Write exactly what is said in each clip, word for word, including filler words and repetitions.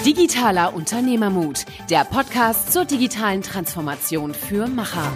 Digitaler Unternehmermut, der Podcast zur digitalen Transformation für Macher.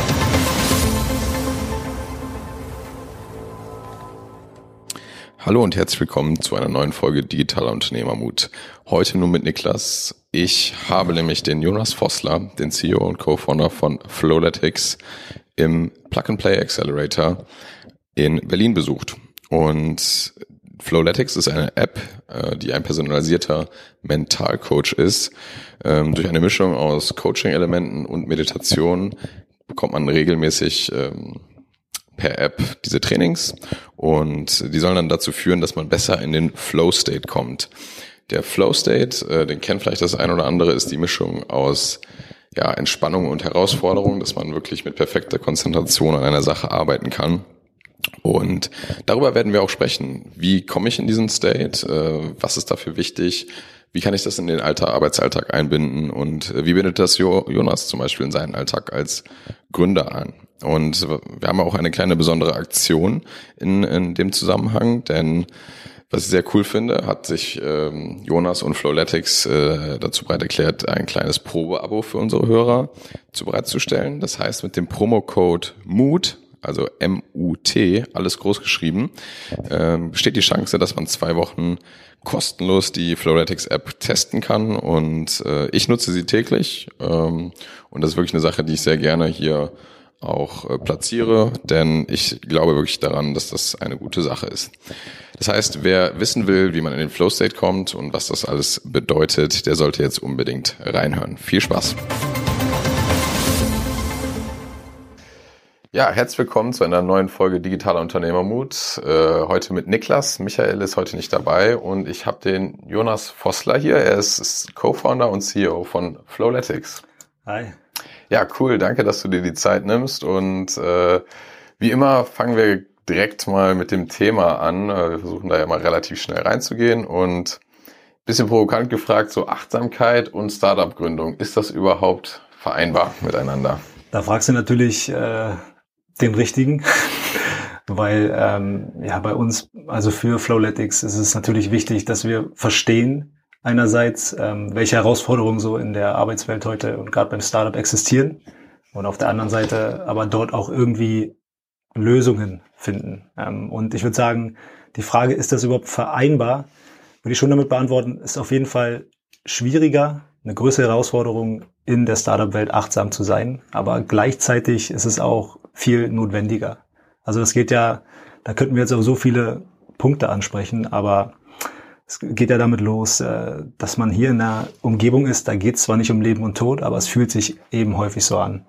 Hallo und herzlich willkommen zu einer neuen Folge Digitaler Unternehmermut. Heute nur mit Niklas. Ich habe nämlich den Jonas Vossler, den C E O und Co-Founder von Flowletics, im Plug-and-Play Accelerator in Berlin besucht. Und Flowletics ist eine App, die ein personalisierter Mentalcoach ist. Durch eine Mischung aus Coaching-Elementen und Meditation bekommt man regelmäßig per App diese Trainings und die sollen dann dazu führen, dass man besser in den Flow-State kommt. Der Flow-State, den kennt vielleicht das ein oder andere, ist die Mischung aus ja, Entspannung und Herausforderung, dass man wirklich mit perfekter Konzentration an einer Sache arbeiten kann. Und darüber werden wir auch sprechen. Wie komme ich in diesen State? Was ist dafür wichtig? Wie kann ich das in den Alltag, Arbeitsalltag einbinden? Und wie bindet das Jonas zum Beispiel in seinen Alltag als Gründer ein? Und wir haben auch eine kleine besondere Aktion in, in dem Zusammenhang, denn was ich sehr cool finde, hat sich ähm, Jonas und Flowletics äh, dazu bereit erklärt, ein kleines Probeabo für unsere Hörer zu bereitzustellen. Das heißt, mit dem Promocode MUT, also M U T, alles groß geschrieben, ähm, besteht die Chance, dass man zwei Wochen kostenlos die Flowletics App testen kann. Und äh, ich nutze sie täglich ähm, und das ist wirklich eine Sache, die ich sehr gerne hier auch äh, platziere, denn ich glaube wirklich daran, dass das eine gute Sache ist. Das heißt, wer wissen will, wie man in den Flow-State kommt und was das alles bedeutet, der sollte jetzt unbedingt reinhören. Viel Spaß! Ja, herzlich willkommen zu einer neuen Folge Digitaler Unternehmermut. Äh, heute mit Niklas. Michael ist heute nicht dabei und ich habe den Jonas Vossler hier. Er ist Co-Founder und C E O von Flowletics. Hi. Ja, cool. Danke, dass du dir die Zeit nimmst. Und äh, wie immer fangen wir direkt mal mit dem Thema an. Wir versuchen da ja mal relativ schnell reinzugehen. Und ein bisschen provokant gefragt, so Achtsamkeit und Startup-Gründung. Ist das überhaupt vereinbar miteinander? Da fragst du natürlich äh, den Richtigen. Weil ähm, ja bei uns, also für Flowletics, ist es natürlich wichtig, dass wir verstehen, einerseits, ähm, welche Herausforderungen so in der Arbeitswelt heute und gerade beim Startup existieren und auf der anderen Seite aber dort auch irgendwie Lösungen finden. Ähm, und ich würde sagen, die Frage, ist das überhaupt vereinbar, würde ich schon damit beantworten, ist auf jeden Fall schwieriger, eine größere Herausforderung in der Startup-Welt achtsam zu sein, aber gleichzeitig ist es auch viel notwendiger. Also das geht ja, da könnten wir jetzt auf so viele Punkte ansprechen, aber es geht ja damit los, dass man hier in einer Umgebung ist, da geht es zwar nicht um Leben und Tod, aber es fühlt sich eben häufig so an.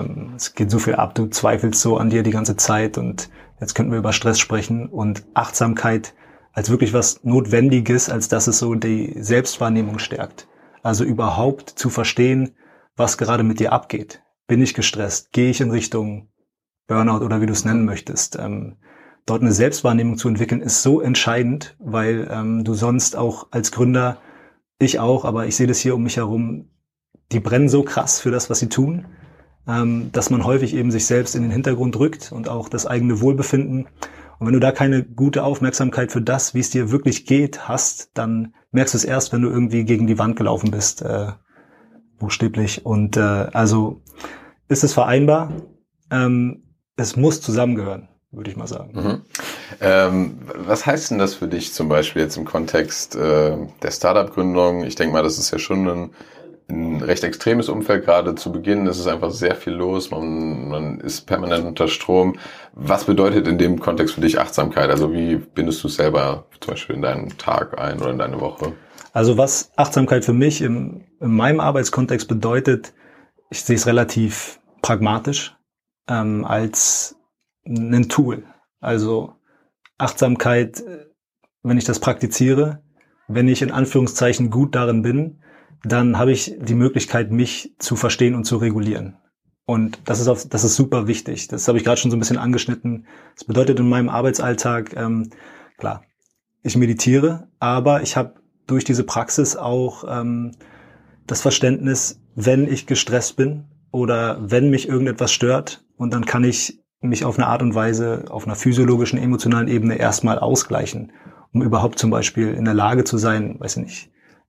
Es geht so viel ab, du zweifelst so an dir die ganze Zeit und jetzt könnten wir über Stress sprechen und Achtsamkeit als wirklich was Notwendiges, als dass es so die Selbstwahrnehmung stärkt. Also überhaupt zu verstehen, was gerade mit dir abgeht. Bin ich gestresst? Gehe ich in Richtung Burnout oder wie du es nennen möchtest? Dort eine Selbstwahrnehmung zu entwickeln, ist so entscheidend, weil ähm, du sonst auch als Gründer, ich auch, aber ich sehe das hier um mich herum, die brennen so krass für das, was sie tun, ähm, dass man häufig eben sich selbst in den Hintergrund rückt und auch das eigene Wohlbefinden. Und wenn du da keine gute Aufmerksamkeit für das, wie es dir wirklich geht, hast, dann merkst du es erst, wenn du irgendwie gegen die Wand gelaufen bist, äh, buchstäblich. Und äh, also ist es vereinbar? Ähm, es muss zusammengehören, würde ich mal sagen. Mhm. Ähm, was heißt denn das für dich zum Beispiel jetzt im Kontext äh, der Startup-Gründung? Ich denke mal, das ist ja schon ein, ein recht extremes Umfeld, gerade zu Beginn. Es ist einfach sehr viel los, man, man ist permanent unter Strom. Was bedeutet in dem Kontext für dich Achtsamkeit? Also wie bindest du es selber zum Beispiel in deinen Tag ein oder in deine Woche? Also was Achtsamkeit für mich im, in meinem Arbeitskontext bedeutet, ich sehe es relativ pragmatisch ähm, als ein Tool. Also Achtsamkeit, wenn ich das praktiziere, wenn ich in Anführungszeichen gut darin bin, dann habe ich die Möglichkeit, mich zu verstehen und zu regulieren. Und das ist auf, das ist super wichtig. Das habe ich gerade schon so ein bisschen angeschnitten. Das bedeutet in meinem Arbeitsalltag, ähm, klar, ich meditiere, aber ich habe durch diese Praxis auch ähm, das Verständnis, wenn ich gestresst bin oder wenn mich irgendetwas stört, und dann kann ich mich auf eine Art und Weise, auf einer physiologischen, emotionalen Ebene erstmal ausgleichen, um überhaupt zum Beispiel in der Lage zu sein, weiß ich nicht,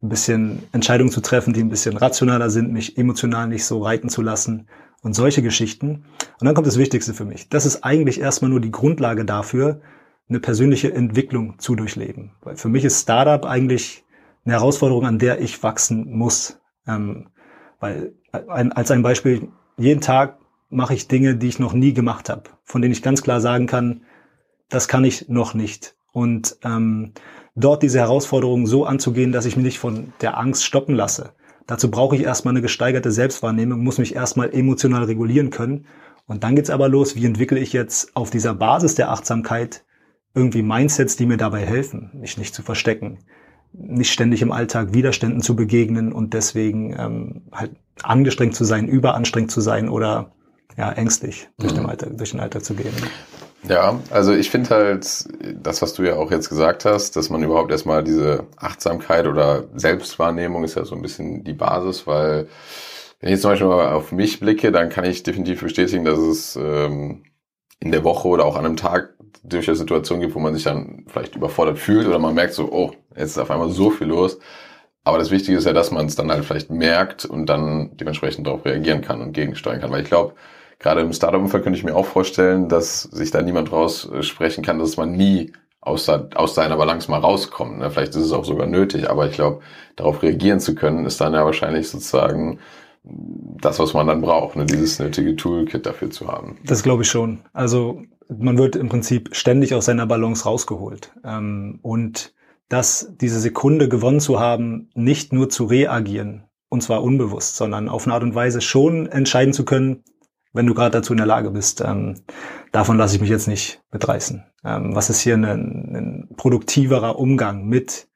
ein bisschen Entscheidungen zu treffen, die ein bisschen rationaler sind, mich emotional nicht so reiten zu lassen und solche Geschichten. Und dann kommt das Wichtigste für mich. Das ist eigentlich erstmal nur die Grundlage dafür, eine persönliche Entwicklung zu durchleben. Weil für mich ist Startup eigentlich eine Herausforderung, an der ich wachsen muss. Ähm, weil ein, als ein Beispiel, jeden Tag mache ich Dinge, die ich noch nie gemacht habe, von denen ich ganz klar sagen kann, das kann ich noch nicht. Und ähm, dort diese Herausforderungen so anzugehen, dass ich mich nicht von der Angst stoppen lasse. Dazu brauche ich erstmal eine gesteigerte Selbstwahrnehmung, muss mich erstmal emotional regulieren können. Und dann geht's aber los, wie entwickle ich jetzt auf dieser Basis der Achtsamkeit irgendwie Mindsets, die mir dabei helfen, mich nicht zu verstecken, nicht ständig im Alltag Widerständen zu begegnen und deswegen ähm, halt angestrengt zu sein, überanstrengend zu sein oder ja ängstlich durch den Alltag, durch den Alltag zu gehen. Ja, also ich finde halt, das, was du ja auch jetzt gesagt hast, dass man überhaupt erstmal diese Achtsamkeit oder Selbstwahrnehmung ist ja so ein bisschen die Basis, weil wenn ich jetzt zum Beispiel mal auf mich blicke, dann kann ich definitiv bestätigen, dass es ähm, in der Woche oder auch an einem Tag durchaus Situationen gibt, wo man sich dann vielleicht überfordert fühlt oder man merkt so, oh, jetzt ist auf einmal so viel los. Aber das Wichtige ist ja, dass man es dann halt vielleicht merkt und dann dementsprechend darauf reagieren kann und gegensteuern kann, weil ich glaube, gerade im Startup-Umfeld könnte ich mir auch vorstellen, dass sich da niemand raussprechen kann, dass man nie aus, aus seiner Balance mal rauskommt. Ne? Vielleicht ist es auch sogar nötig, aber ich glaube, darauf reagieren zu können, ist dann ja wahrscheinlich sozusagen das, was man dann braucht, ne? Dieses nötige Toolkit dafür zu haben. Das glaube ich schon. Also man wird im Prinzip ständig aus seiner Balance rausgeholt. Ähm, und das, diese Sekunde gewonnen zu haben, nicht nur zu reagieren, und zwar unbewusst, sondern auf eine Art und Weise schon entscheiden zu können, wenn du gerade dazu in der Lage bist. Ähm, davon lasse ich mich jetzt nicht mitreißen. Ähm, was ist hier ein, ein produktiverer Umgang mit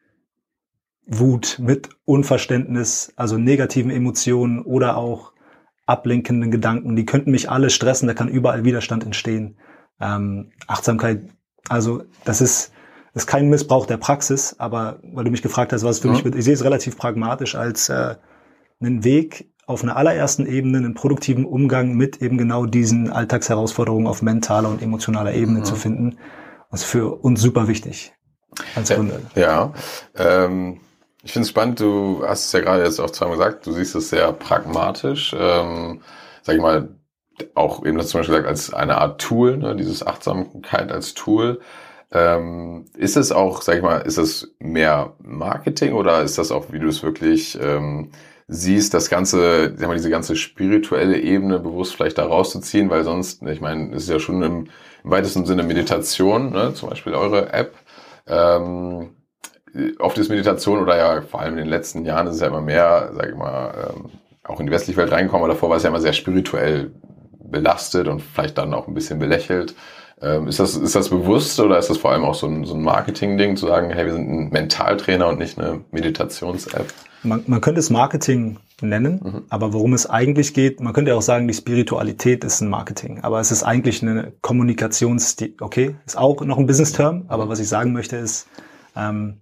Wut, mit Unverständnis, also negativen Emotionen oder auch ablenkenden Gedanken, die könnten mich alle stressen, da kann überall Widerstand entstehen. Ähm, Achtsamkeit, also das ist, das ist kein Missbrauch der Praxis, aber weil du mich gefragt hast, was für ja. mich, ich sehe es relativ pragmatisch als äh, einen Weg, auf einer allerersten Ebene einen produktiven Umgang mit eben genau diesen Alltagsherausforderungen auf mentaler und emotionaler Ebene mhm. zu finden. Das ist für uns super wichtig als Gründer. Ja, ähm, ich finde es spannend, du hast es ja gerade jetzt auch zweimal gesagt, du siehst es sehr pragmatisch, ähm, sag ich mal, auch eben das zum Beispiel gesagt, als eine Art Tool, ne, dieses Achtsamkeit als Tool. Ähm, ist es auch, sag ich mal, ist es mehr Marketing oder ist das auch, wie du es wirklich ähm, siehst, das ganze, sag mal, diese ganze spirituelle Ebene bewusst vielleicht da rauszuziehen, weil sonst, ich meine, es ist ja schon im, im weitesten Sinne Meditation, ne, zum Beispiel eure App. Ähm, oft ist Meditation oder ja vor allem in den letzten Jahren ist es ja immer mehr, sag ich mal, ähm, auch in die westliche Welt reingekommen, aber davor war es ja immer sehr spirituell belastet und vielleicht dann auch ein bisschen belächelt. Ähm, ist das, ist das bewusst oder ist das vor allem auch so ein, so ein Marketing-Ding, zu sagen, hey, wir sind ein Mentaltrainer und nicht eine Meditations-App? Man, man könnte es Marketing nennen, mhm. aber worum es eigentlich geht, man könnte auch sagen, die Spiritualität ist ein Marketing, aber es ist eigentlich eine Kommunikationsstil, okay, ist auch noch ein Business-Term, aber mhm. was ich sagen möchte ist, ähm,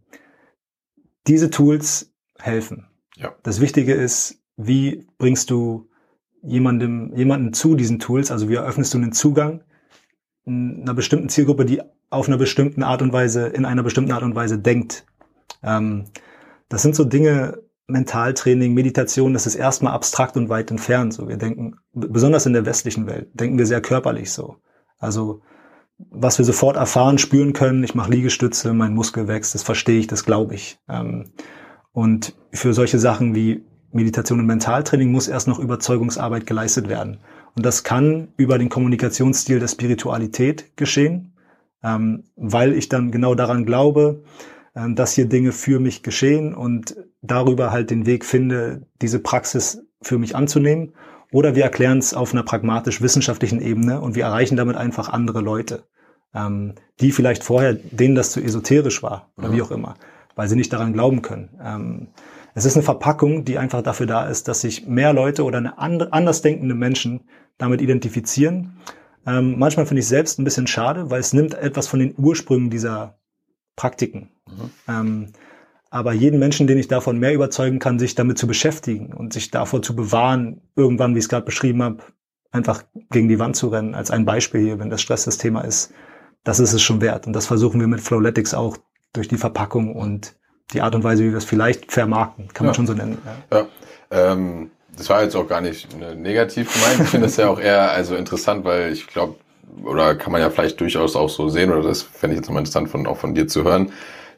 diese Tools helfen. Ja. Das Wichtige ist, wie bringst du jemandem, jemanden zu diesen Tools, also wie eröffnest du einen Zugang einer bestimmten Zielgruppe, die auf einer bestimmten Art und Weise, in einer bestimmten Art und Weise denkt. Ähm, das sind so Dinge, Mentaltraining, Meditation, das ist erstmal abstrakt und weit entfernt. So, wir denken, besonders in der westlichen Welt, denken wir sehr körperlich so. Also, was wir sofort erfahren, spüren können, ich mache Liegestütze, mein Muskel wächst, das verstehe ich, das glaube ich. Ähm, und für solche Sachen wie Meditation und Mentaltraining muss erst noch Überzeugungsarbeit geleistet werden. Und das kann über den Kommunikationsstil der Spiritualität geschehen, ähm, weil ich dann genau daran glaube, ähm, dass hier Dinge für mich geschehen und darüber halt den Weg finde, diese Praxis für mich anzunehmen. Oder wir erklären es auf einer pragmatisch-wissenschaftlichen Ebene und wir erreichen damit einfach andere Leute, ähm, die vielleicht vorher, denen das zu esoterisch war oder mhm. wie auch immer, weil sie nicht daran glauben können. Ähm, es ist eine Verpackung, die einfach dafür da ist, dass sich mehr Leute oder eine and- anders denkende Menschen damit identifizieren. Ähm, manchmal finde ich es selbst ein bisschen schade, weil es nimmt etwas von den Ursprüngen dieser Praktiken. Mhm. Ähm, aber jeden Menschen, den ich davon mehr überzeugen kann, sich damit zu beschäftigen und sich davor zu bewahren, irgendwann, wie ich es gerade beschrieben habe, einfach gegen die Wand zu rennen, als ein Beispiel hier, wenn das Stress das Thema ist, das ist es schon wert. Und das versuchen wir mit Flowletics auch durch die Verpackung und die Art und Weise, wie wir es vielleicht vermarkten, kann man ja. schon so nennen. Ja, ja ähm, das war jetzt auch gar nicht negativ gemeint. Ich finde das ja auch eher also interessant, weil ich glaube, oder kann man ja vielleicht durchaus auch so sehen, oder das fände ich jetzt nochmal interessant von, auch von dir zu hören.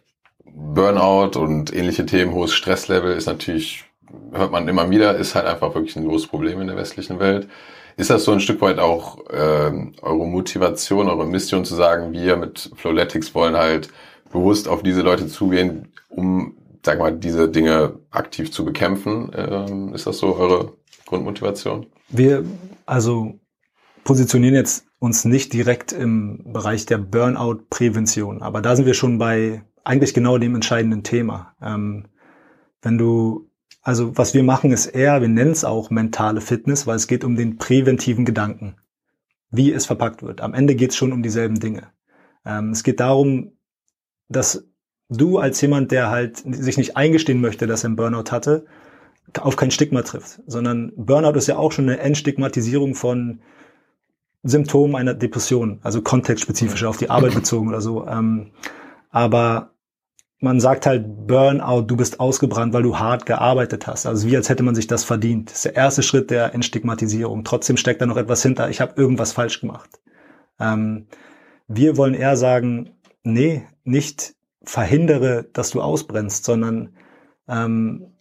Burnout und ähnliche Themen, hohes Stresslevel ist natürlich, hört man immer wieder, ist halt einfach wirklich ein großes Problem in der westlichen Welt. Ist das so ein Stück weit auch äh, eure Motivation, eure Mission zu sagen, wir mit Flowletics wollen halt bewusst auf diese Leute zugehen, um, sag mal, diese Dinge aktiv zu bekämpfen? Ähm, ist das so eure Grundmotivation? Wir, also positionieren jetzt uns nicht direkt im Bereich der Burnout-Prävention, aber da sind wir schon bei eigentlich genau dem entscheidenden Thema. Ähm, wenn du, also was wir machen ist eher, wir nennen es auch mentale Fitness, weil es geht um den präventiven Gedanken, wie es verpackt wird. Am Ende geht es schon um dieselben Dinge. Ähm, es geht darum, dass du als jemand, der halt sich nicht eingestehen möchte, dass er einen Burnout hatte, auf kein Stigma trifft, sondern Burnout ist ja auch schon eine Entstigmatisierung von Symptomen einer Depression, also kontextspezifisch auf die Arbeit bezogen oder so. Ähm, aber man sagt halt Burnout, du bist ausgebrannt, weil du hart gearbeitet hast. Also wie als hätte man sich das verdient. Das ist der erste Schritt der Entstigmatisierung. Trotzdem steckt da noch etwas hinter. Ich habe irgendwas falsch gemacht. Ähm, wir wollen eher sagen, nee, nicht verhindere, dass du ausbrennst, sondern ähm,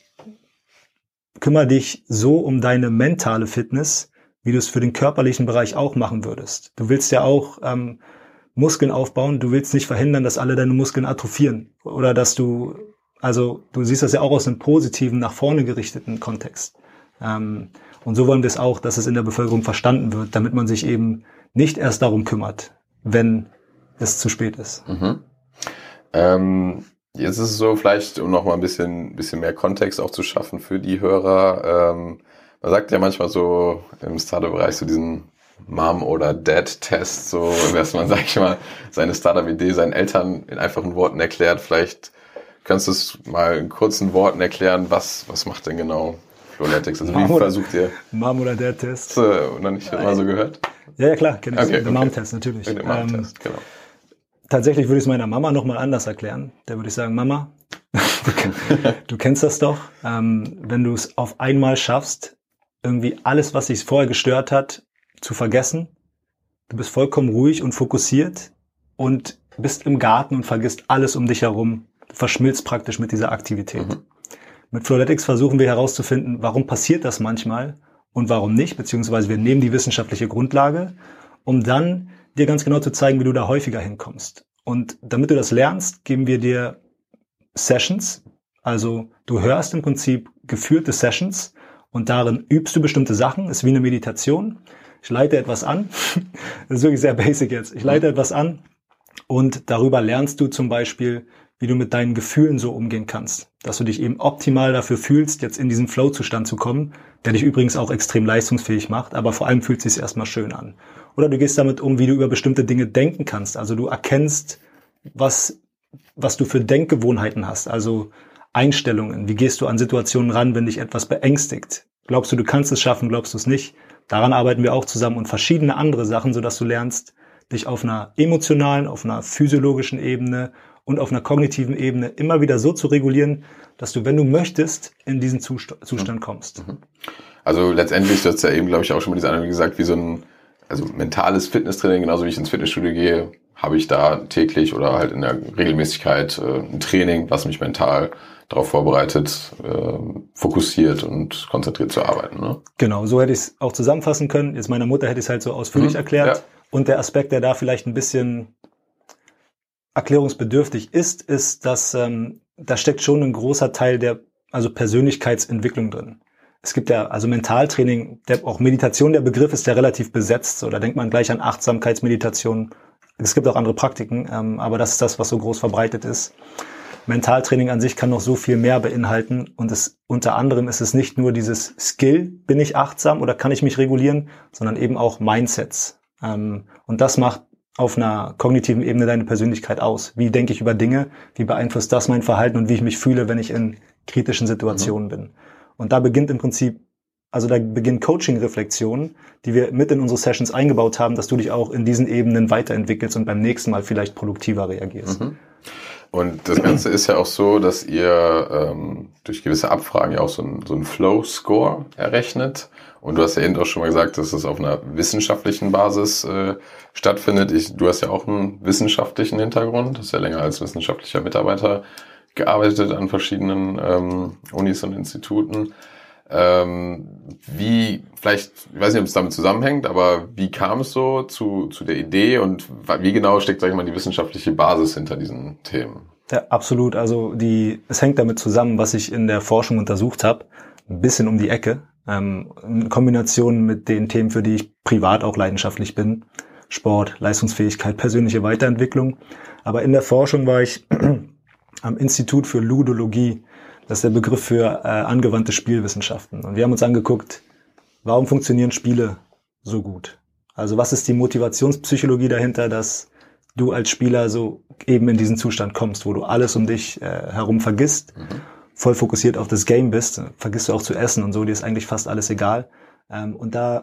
kümmere dich so um deine mentale Fitness, wie du es für den körperlichen Bereich auch machen würdest. Du willst ja auch ähm, Muskeln aufbauen, du willst nicht verhindern, dass alle deine Muskeln atrophieren oder dass du, also du siehst das ja auch aus einem positiven, nach vorne gerichteten Kontext. Ähm, und so wollen wir es auch, dass es in der Bevölkerung verstanden wird, damit man sich eben nicht erst darum kümmert, wenn es zu spät ist. Mhm. Ähm, jetzt ist es so, vielleicht um noch mal ein bisschen, bisschen mehr Kontext auch zu schaffen für die Hörer. Ähm, man sagt ja manchmal so im Startup-Bereich so diesen Mom- oder Dad-Test, so dass man, sag ich mal, seine Startup-Idee seinen Eltern in einfachen Worten erklärt. Vielleicht kannst du es mal in kurzen Worten erklären, was, was macht denn genau Flowletics? Also wie versucht ihr? Mom- oder Dad-Test? Hast du noch nicht immer so gehört? Ja, ja klar, kenne ich. Okay, Der okay. Mom-Test natürlich. Den Mom-Test, ähm, genau. Tatsächlich würde ich es meiner Mama nochmal anders erklären. Da würde ich sagen, Mama, du kennst das doch. Ähm, wenn du es auf einmal schaffst, irgendwie alles, was dich vorher gestört hat, zu vergessen. Du bist vollkommen ruhig und fokussiert und bist im Garten und vergisst alles um dich herum. Du verschmilzt praktisch mit dieser Aktivität. Mhm. Mit Flowletics versuchen wir herauszufinden, warum passiert das manchmal und warum nicht, beziehungsweise wir nehmen die wissenschaftliche Grundlage, um dann dir ganz genau zu zeigen, wie du da häufiger hinkommst. Und damit du das lernst, geben wir dir Sessions. Also du hörst im Prinzip geführte Sessions und darin übst du bestimmte Sachen. Ist wie eine Meditation. Ich leite etwas an. Das ist wirklich sehr basic jetzt. Ich leite etwas an und darüber lernst du zum Beispiel, wie du mit deinen Gefühlen so umgehen kannst. Dass du dich eben optimal dafür fühlst, jetzt in diesen Flow-Zustand zu kommen, der dich übrigens auch extrem leistungsfähig macht, aber vor allem fühlt es sich erstmal schön an. Oder du gehst damit um, wie du über bestimmte Dinge denken kannst. Also du erkennst, was, was du für Denkgewohnheiten hast. Also Einstellungen. Wie gehst du an Situationen ran, wenn dich etwas beängstigt? Glaubst du, du kannst es schaffen? Glaubst du es nicht? Daran arbeiten wir auch zusammen und verschiedene andere Sachen, sodass du lernst, dich auf einer emotionalen, auf einer physiologischen Ebene und auf einer kognitiven Ebene immer wieder so zu regulieren, dass du, wenn du möchtest, in diesen Zustand, Zustand kommst. Also letztendlich, du hast ja eben, glaube ich, auch schon mal diese Analyse gesagt, wie so ein also mentales Fitnesstraining, genauso wie ich ins Fitnessstudio gehe, habe ich da täglich oder halt in der Regelmäßigkeit äh, ein Training, was mich mental darauf vorbereitet, äh, fokussiert und konzentriert zu arbeiten. Ne? Genau, so hätte ich es auch zusammenfassen können. Jetzt meiner Mutter hätte ich es halt so ausführlich mhm, erklärt. Ja. Und der Aspekt, der da vielleicht ein bisschen erklärungsbedürftig ist, ist, dass ähm, da steckt schon ein großer Teil der also Persönlichkeitsentwicklung drin. Es gibt ja also Mentaltraining, der, auch Meditation, der Begriff ist ja relativ besetzt. So, da denkt man gleich an Achtsamkeitsmeditation. Es gibt auch andere Praktiken, ähm, aber das ist das, was so groß verbreitet ist. Mentaltraining an sich kann noch so viel mehr beinhalten und es unter anderem ist es nicht nur dieses Skill, bin ich achtsam oder kann ich mich regulieren, sondern eben auch Mindsets. Ähm, und das macht auf einer kognitiven Ebene deine Persönlichkeit aus. Wie denke ich über Dinge? Wie beeinflusst das mein Verhalten und wie ich mich fühle, wenn ich in kritischen Situationen mhm. bin? Und da beginnt im Prinzip, also da beginnt Coaching-Reflexion, die wir mit in unsere Sessions eingebaut haben, dass du dich auch in diesen Ebenen weiterentwickelst und beim nächsten Mal vielleicht produktiver reagierst. Mhm. Und das Ganze ist ja auch so, dass ihr ähm, durch gewisse Abfragen ja auch so ein, so ein Flow-Score errechnet. Und du hast ja eben auch schon mal gesagt, dass das auf einer wissenschaftlichen Basis äh, stattfindet. Ich, du hast ja auch einen wissenschaftlichen Hintergrund, hast ja länger als wissenschaftlicher Mitarbeiter gearbeitet an verschiedenen ähm, Unis und Instituten. Ähm, wie, vielleicht, ich weiß nicht, ob es damit zusammenhängt, aber wie kam es so zu, zu der Idee und wie genau steckt, sag ich mal, die wissenschaftliche Basis hinter diesen Themen? Ja, absolut. Also die, es hängt damit zusammen, was ich in der Forschung untersucht habe, ein bisschen um die Ecke, ähm, in Kombination mit den Themen, für die ich privat auch leidenschaftlich bin. Sport, Leistungsfähigkeit, persönliche Weiterentwicklung. Aber in der Forschung war ich am Institut für Ludologie. Das ist der Begriff für äh, angewandte Spielwissenschaften. Und wir haben uns angeguckt, warum funktionieren Spiele so gut? Also was ist die Motivationspsychologie dahinter, dass du als Spieler so eben in diesen Zustand kommst, wo du alles um dich äh, herum vergisst, mhm. voll fokussiert auf das Game bist, vergisst du auch zu essen und so, dir ist eigentlich fast alles egal. Ähm, und da,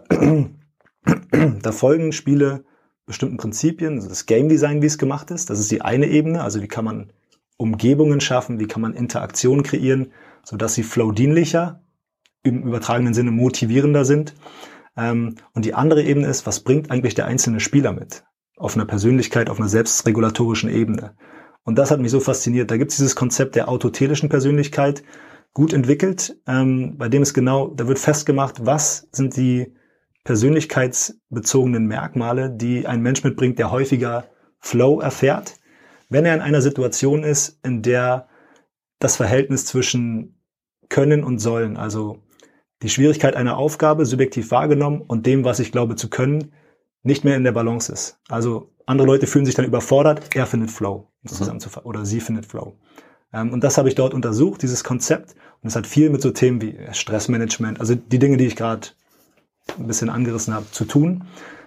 da folgen Spiele bestimmten Prinzipien, also das Game Design, wie es gemacht ist, das ist die eine Ebene, also wie kann man Umgebungen schaffen, wie kann man Interaktion kreieren, sodass sie flow-dienlicher, im übertragenen Sinne motivierender sind. Und die andere Ebene ist, was bringt eigentlich der einzelne Spieler mit? Auf einer Persönlichkeit, auf einer selbstregulatorischen Ebene. Und das hat mich so fasziniert. Da gibt es dieses Konzept der autotelischen Persönlichkeit, gut entwickelt, bei dem es genau, da wird festgemacht, was sind die persönlichkeitsbezogenen Merkmale, die ein Mensch mitbringt, der häufiger Flow erfährt, wenn er in einer Situation ist, in der das Verhältnis zwischen Können und Sollen, also die Schwierigkeit einer Aufgabe subjektiv wahrgenommen und dem, was ich glaube zu können, nicht mehr in der Balance ist. Also andere Leute fühlen sich dann überfordert, er findet Flow, um es zusammenzufassen, oder sie findet Flow. Und das habe ich dort untersucht, dieses Konzept. Und es hat viel mit so Themen wie Stressmanagement, also die Dinge, die ich gerade ein bisschen angerissen habe, zu tun.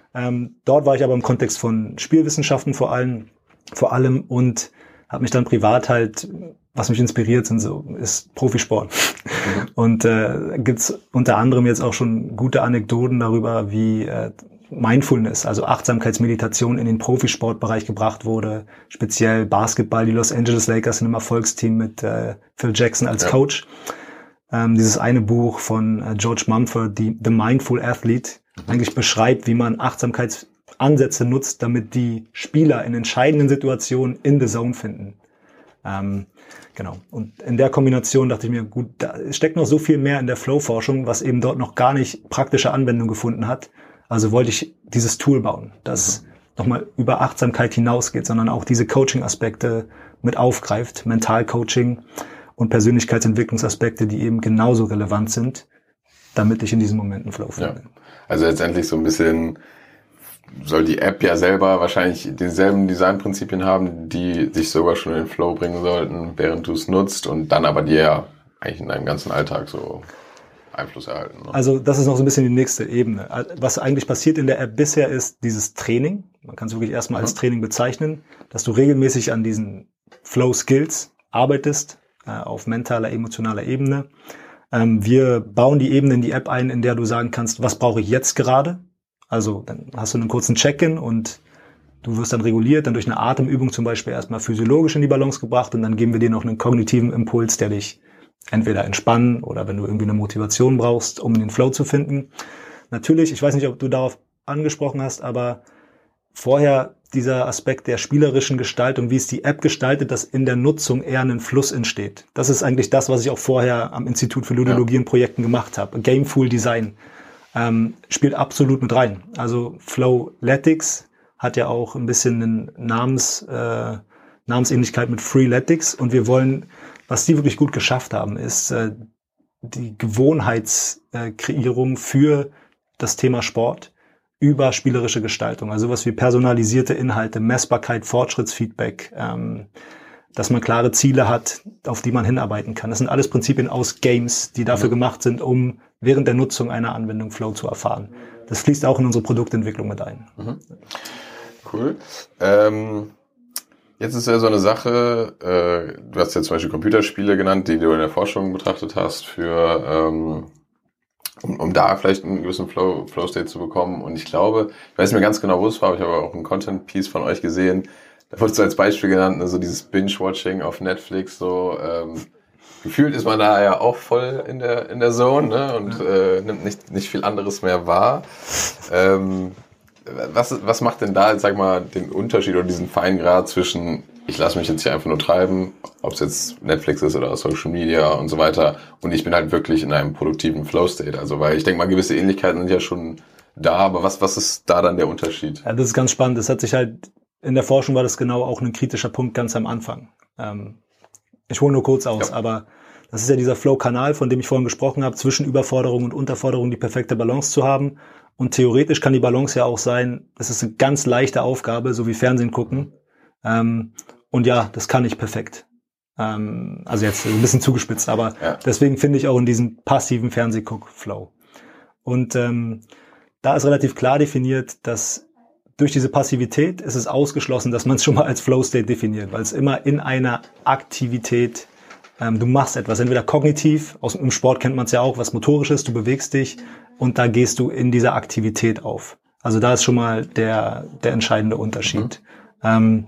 Dort war ich aber im Kontext von Spielwissenschaften vor allem, vor allem und habe mich dann privat halt, was mich inspiriert, sind so ist Profisport. Mhm. Und äh, gibt's unter anderem jetzt auch schon gute Anekdoten darüber, wie äh, Mindfulness, also Achtsamkeitsmeditation in den Profisportbereich gebracht wurde. Speziell Basketball, die Los Angeles Lakers sind im Erfolgsteam mit äh, Phil Jackson als ja. Coach. Ähm, dieses eine Buch von äh, George Mumford, die The Mindful Athlete, mhm. eigentlich beschreibt, wie man Achtsamkeits Ansätze nutzt, damit die Spieler in entscheidenden Situationen in the zone finden. Ähm, genau. Und in der Kombination dachte ich mir, gut, da steckt noch so viel mehr in der Flow-Forschung, was eben dort noch gar nicht praktische Anwendung gefunden hat. Also wollte ich dieses Tool bauen, das mhm. nochmal über Achtsamkeit hinausgeht, sondern auch diese Coaching-Aspekte mit aufgreift, Mental-Coaching und Persönlichkeitsentwicklungsaspekte, die eben genauso relevant sind, damit ich in diesen Momenten Flow finde. Ja. Also letztendlich so ein bisschen soll die App ja selber wahrscheinlich dieselben Designprinzipien haben, die dich sogar schon in den Flow bringen sollten, während du es nutzt und dann aber dir ja eigentlich in deinem ganzen Alltag so Einfluss erhalten. Ne? Also das ist noch so ein bisschen die nächste Ebene. Was eigentlich passiert in der App bisher ist dieses Training. Man kann es wirklich erstmal mhm. als Training bezeichnen, dass du regelmäßig an diesen Flow-Skills arbeitest, äh, auf mentaler, emotionaler Ebene. Ähm, wir bauen die Ebene in die App ein, in der du sagen kannst, was brauche ich jetzt gerade? Also dann hast du einen kurzen Check-in und du wirst dann reguliert, dann durch eine Atemübung zum Beispiel erstmal physiologisch in die Balance gebracht und dann geben wir dir noch einen kognitiven Impuls, der dich entweder entspannen oder wenn du irgendwie eine Motivation brauchst, um den Flow zu finden. Natürlich, ich weiß nicht, ob du darauf angesprochen hast, aber vorher dieser Aspekt der spielerischen Gestaltung, wie es die App gestaltet, dass in der Nutzung eher ein Fluss entsteht. Das ist eigentlich das, was ich auch vorher am Institut für Ludologie in Projekten gemacht habe. Gameful Design. Ähm, spielt absolut mit rein. Also Flowletics hat ja auch ein bisschen eine Namens, äh, Namensähnlichkeit mit Freeletics und wir wollen, was die wirklich gut geschafft haben, ist äh, die Gewohnheitskreierung für das Thema Sport über spielerische Gestaltung. Also sowas wie personalisierte Inhalte, Messbarkeit, Fortschrittsfeedback, ähm, dass man klare Ziele hat, auf die man hinarbeiten kann. Das sind alles Prinzipien aus Games, die dafür mhm. gemacht sind, um während der Nutzung einer Anwendung Flow zu erfahren. Das fließt auch in unsere Produktentwicklung mit ein. Mhm. Cool. Ähm, jetzt ist ja so eine Sache, äh, du hast ja zum Beispiel Computerspiele genannt, die du in der Forschung betrachtet hast, für ähm, um, um da vielleicht einen gewissen Flow, Flow-State zu bekommen. Und ich glaube, ich weiß nicht mehr ganz genau, wo es war, aber ich habe auch ein Content-Piece von euch gesehen, da wurdest du als Beispiel genannt, ne, so dieses Binge-Watching auf Netflix, so ähm, gefühlt ist man da ja auch voll in der in der Zone, ne, und äh, nimmt nicht nicht viel anderes mehr wahr. Ähm, was was macht denn da, sag mal, den Unterschied oder diesen feinen Grad zwischen ich lasse mich jetzt hier einfach nur treiben, ob es jetzt Netflix ist oder Social Media und so weiter, und ich bin halt wirklich in einem produktiven Flow-State, also weil ich denke mal, gewisse Ähnlichkeiten sind ja schon da, aber was was ist da dann der Unterschied? Ja, das ist ganz spannend. Das hat sich halt, in der Forschung war das genau auch ein kritischer Punkt ganz am Anfang. Ähm, ich hole nur kurz aus, ja. Aber das ist ja dieser Flow-Kanal, von dem ich vorhin gesprochen habe, zwischen Überforderung und Unterforderung die perfekte Balance zu haben. Und theoretisch kann die Balance ja auch sein, das ist eine ganz leichte Aufgabe, so wie Fernsehen gucken. Ähm, und ja, das kann ich perfekt. Ähm, also jetzt ein bisschen zugespitzt, aber ja. Deswegen finde ich auch in diesem passiven Fernsehguck-Flow. Und ähm, da ist relativ klar definiert, dass durch diese Passivität ist es ausgeschlossen, dass man es schon mal als Flow-State definiert, weil es immer in einer Aktivität, ähm, du machst etwas, entweder kognitiv, aus dem Sport kennt man es ja auch, was Motorisches, du bewegst dich und da gehst du in dieser Aktivität auf. Also da ist schon mal der der entscheidende Unterschied. Mhm. Ähm,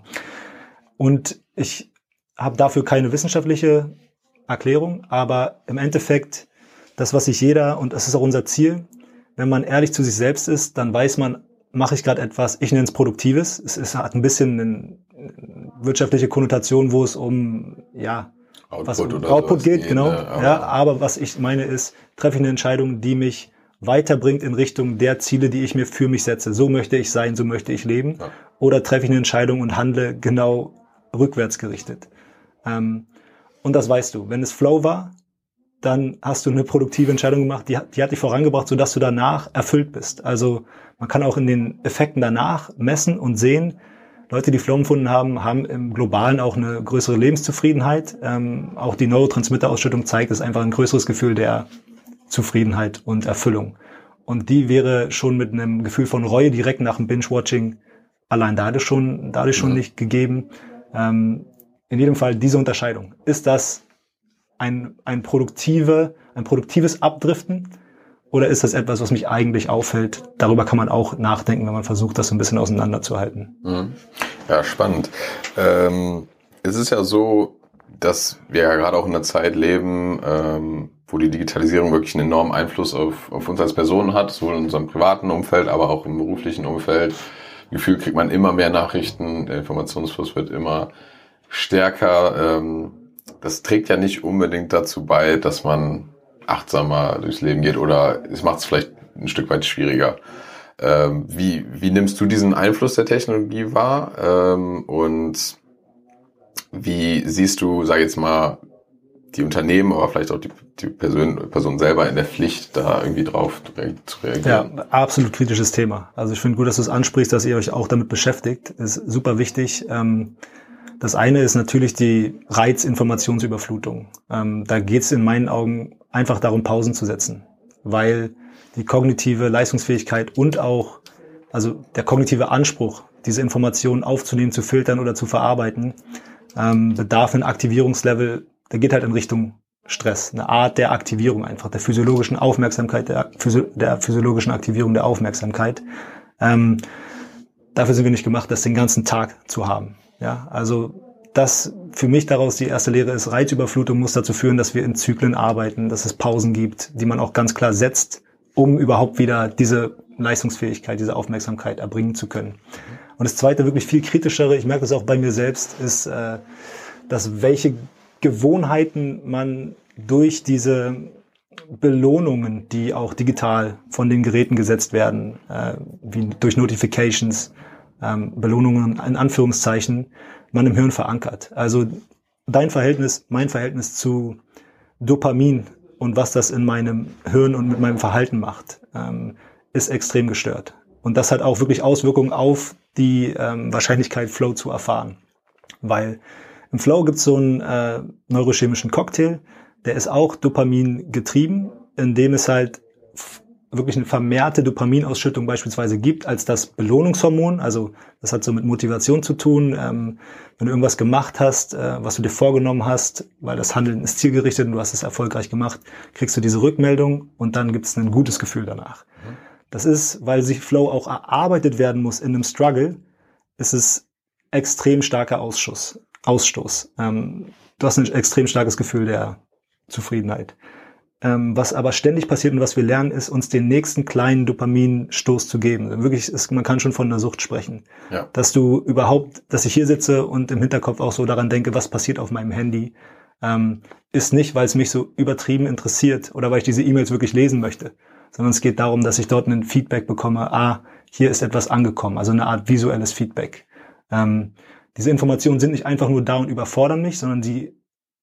und ich habe dafür keine wissenschaftliche Erklärung, aber im Endeffekt, das, was sich jeder, und das ist auch unser Ziel, wenn man ehrlich zu sich selbst ist, dann weiß man, mache ich gerade etwas, ich nenne es Produktives. Es ist, hat ein bisschen eine wirtschaftliche Konnotation, wo es um ja Output, was um oder Output geht, geht, genau. Ne? Aber ja, aber was ich meine ist, treffe ich eine Entscheidung, die mich weiterbringt in Richtung der Ziele, die ich mir für mich setze. So möchte ich sein, so möchte ich leben. Ja. Oder treffe ich eine Entscheidung und handle genau rückwärts gerichtet. Ähm, und das weißt du. Wenn es Flow war, dann hast du eine produktive Entscheidung gemacht, die, die hat dich vorangebracht, sodass du danach erfüllt bist. Also man kann auch in den Effekten danach messen und sehen, Leute, die Flow empfunden haben, haben im Globalen auch eine größere Lebenszufriedenheit. Ähm, auch die Neurotransmitterausschüttung zeigt, es ist einfach ein größeres Gefühl der Zufriedenheit und Erfüllung. Und die wäre schon mit einem Gefühl von Reue direkt nach dem Binge-Watching allein dadurch schon, dadurch schon mhm. nicht gegeben. Ähm, in jedem Fall diese Unterscheidung. Ist das ein, ein, produktive, ein produktives Abdriften oder ist das etwas, was mich eigentlich auffällt? Darüber kann man auch nachdenken, wenn man versucht, das so ein bisschen auseinanderzuhalten. Mhm. Ja, spannend. Ähm, es ist ja so, dass wir ja gerade auch in einer Zeit leben, ähm, wo die Digitalisierung wirklich einen enormen Einfluss auf, auf uns als Personen hat, sowohl in unserem privaten Umfeld, aber auch im beruflichen Umfeld. Gefühl kriegt man immer mehr Nachrichten, der Informationsfluss wird immer stärker. Ähm, das trägt ja nicht unbedingt dazu bei, dass man achtsamer durchs Leben geht, oder es macht es vielleicht ein Stück weit schwieriger. Ähm, wie, wie nimmst du diesen Einfluss der Technologie wahr? Ähm, und wie siehst du, sag ich jetzt mal, die Unternehmen, aber vielleicht auch die, die Person, Person selber in der Pflicht, da irgendwie drauf zu reagieren? Ja, absolut kritisches Thema. Also ich finde gut, dass du es ansprichst, dass ihr euch auch damit beschäftigt. Ist super wichtig. Das eine ist natürlich die Reizinformationsüberflutung. Da geht es in meinen Augen einfach darum, Pausen zu setzen, weil die kognitive Leistungsfähigkeit und auch, also der kognitive Anspruch, diese Informationen aufzunehmen, zu filtern oder zu verarbeiten, bedarf ein Aktivierungslevel, der geht halt in Richtung Stress, eine Art der Aktivierung einfach, der physiologischen Aufmerksamkeit, der, Physio- der physiologischen Aktivierung der Aufmerksamkeit. Ähm, dafür sind wir nicht gemacht, das den ganzen Tag zu haben. Ja, also das für mich daraus die erste Lehre ist, Reizüberflutung muss dazu führen, dass wir in Zyklen arbeiten, dass es Pausen gibt, die man auch ganz klar setzt, um überhaupt wieder diese Leistungsfähigkeit, diese Aufmerksamkeit erbringen zu können. Und das zweite, wirklich viel kritischere, ich merke das auch bei mir selbst, ist, äh, dass welche Gewohnheiten man durch diese Belohnungen, die auch digital von den Geräten gesetzt werden, äh, wie durch Notifications, ähm, Belohnungen in Anführungszeichen, man im Hirn verankert. Also dein Verhältnis, mein Verhältnis zu Dopamin und was das in meinem Hirn und mit meinem Verhalten macht, ähm, ist extrem gestört. Und das hat auch wirklich Auswirkungen auf die ähm, Wahrscheinlichkeit, Flow zu erfahren. Weil im Flow gibt es so einen äh, neurochemischen Cocktail, der ist auch Dopamin getrieben, indem es halt f- wirklich eine vermehrte Dopaminausschüttung beispielsweise gibt als das Belohnungshormon. Also das hat so mit Motivation zu tun. Ähm, wenn du irgendwas gemacht hast, äh, was du dir vorgenommen hast, weil das Handeln ist zielgerichtet und du hast es erfolgreich gemacht, kriegst du diese Rückmeldung und dann gibt es ein gutes Gefühl danach. Das ist, weil sich Flow auch erarbeitet werden muss in einem Struggle, ist es extrem starker Ausschuss, Ausstoß. Ähm, du hast ein extrem starkes Gefühl der Zufriedenheit. Ähm, was aber ständig passiert und was wir lernen, ist, uns den nächsten kleinen Dopaminstoß zu geben. Wirklich, ist, man kann schon von einer Sucht sprechen. Ja. Dass du überhaupt, dass ich hier sitze und im Hinterkopf auch so daran denke, was passiert auf meinem Handy, ähm, ist nicht, weil es mich so übertrieben interessiert oder weil ich diese E-Mails wirklich lesen möchte, sondern es geht darum, dass ich dort ein Feedback bekomme, ah, hier ist etwas angekommen, also eine Art visuelles Feedback. Ähm, diese Informationen sind nicht einfach nur da und überfordern mich, sondern sie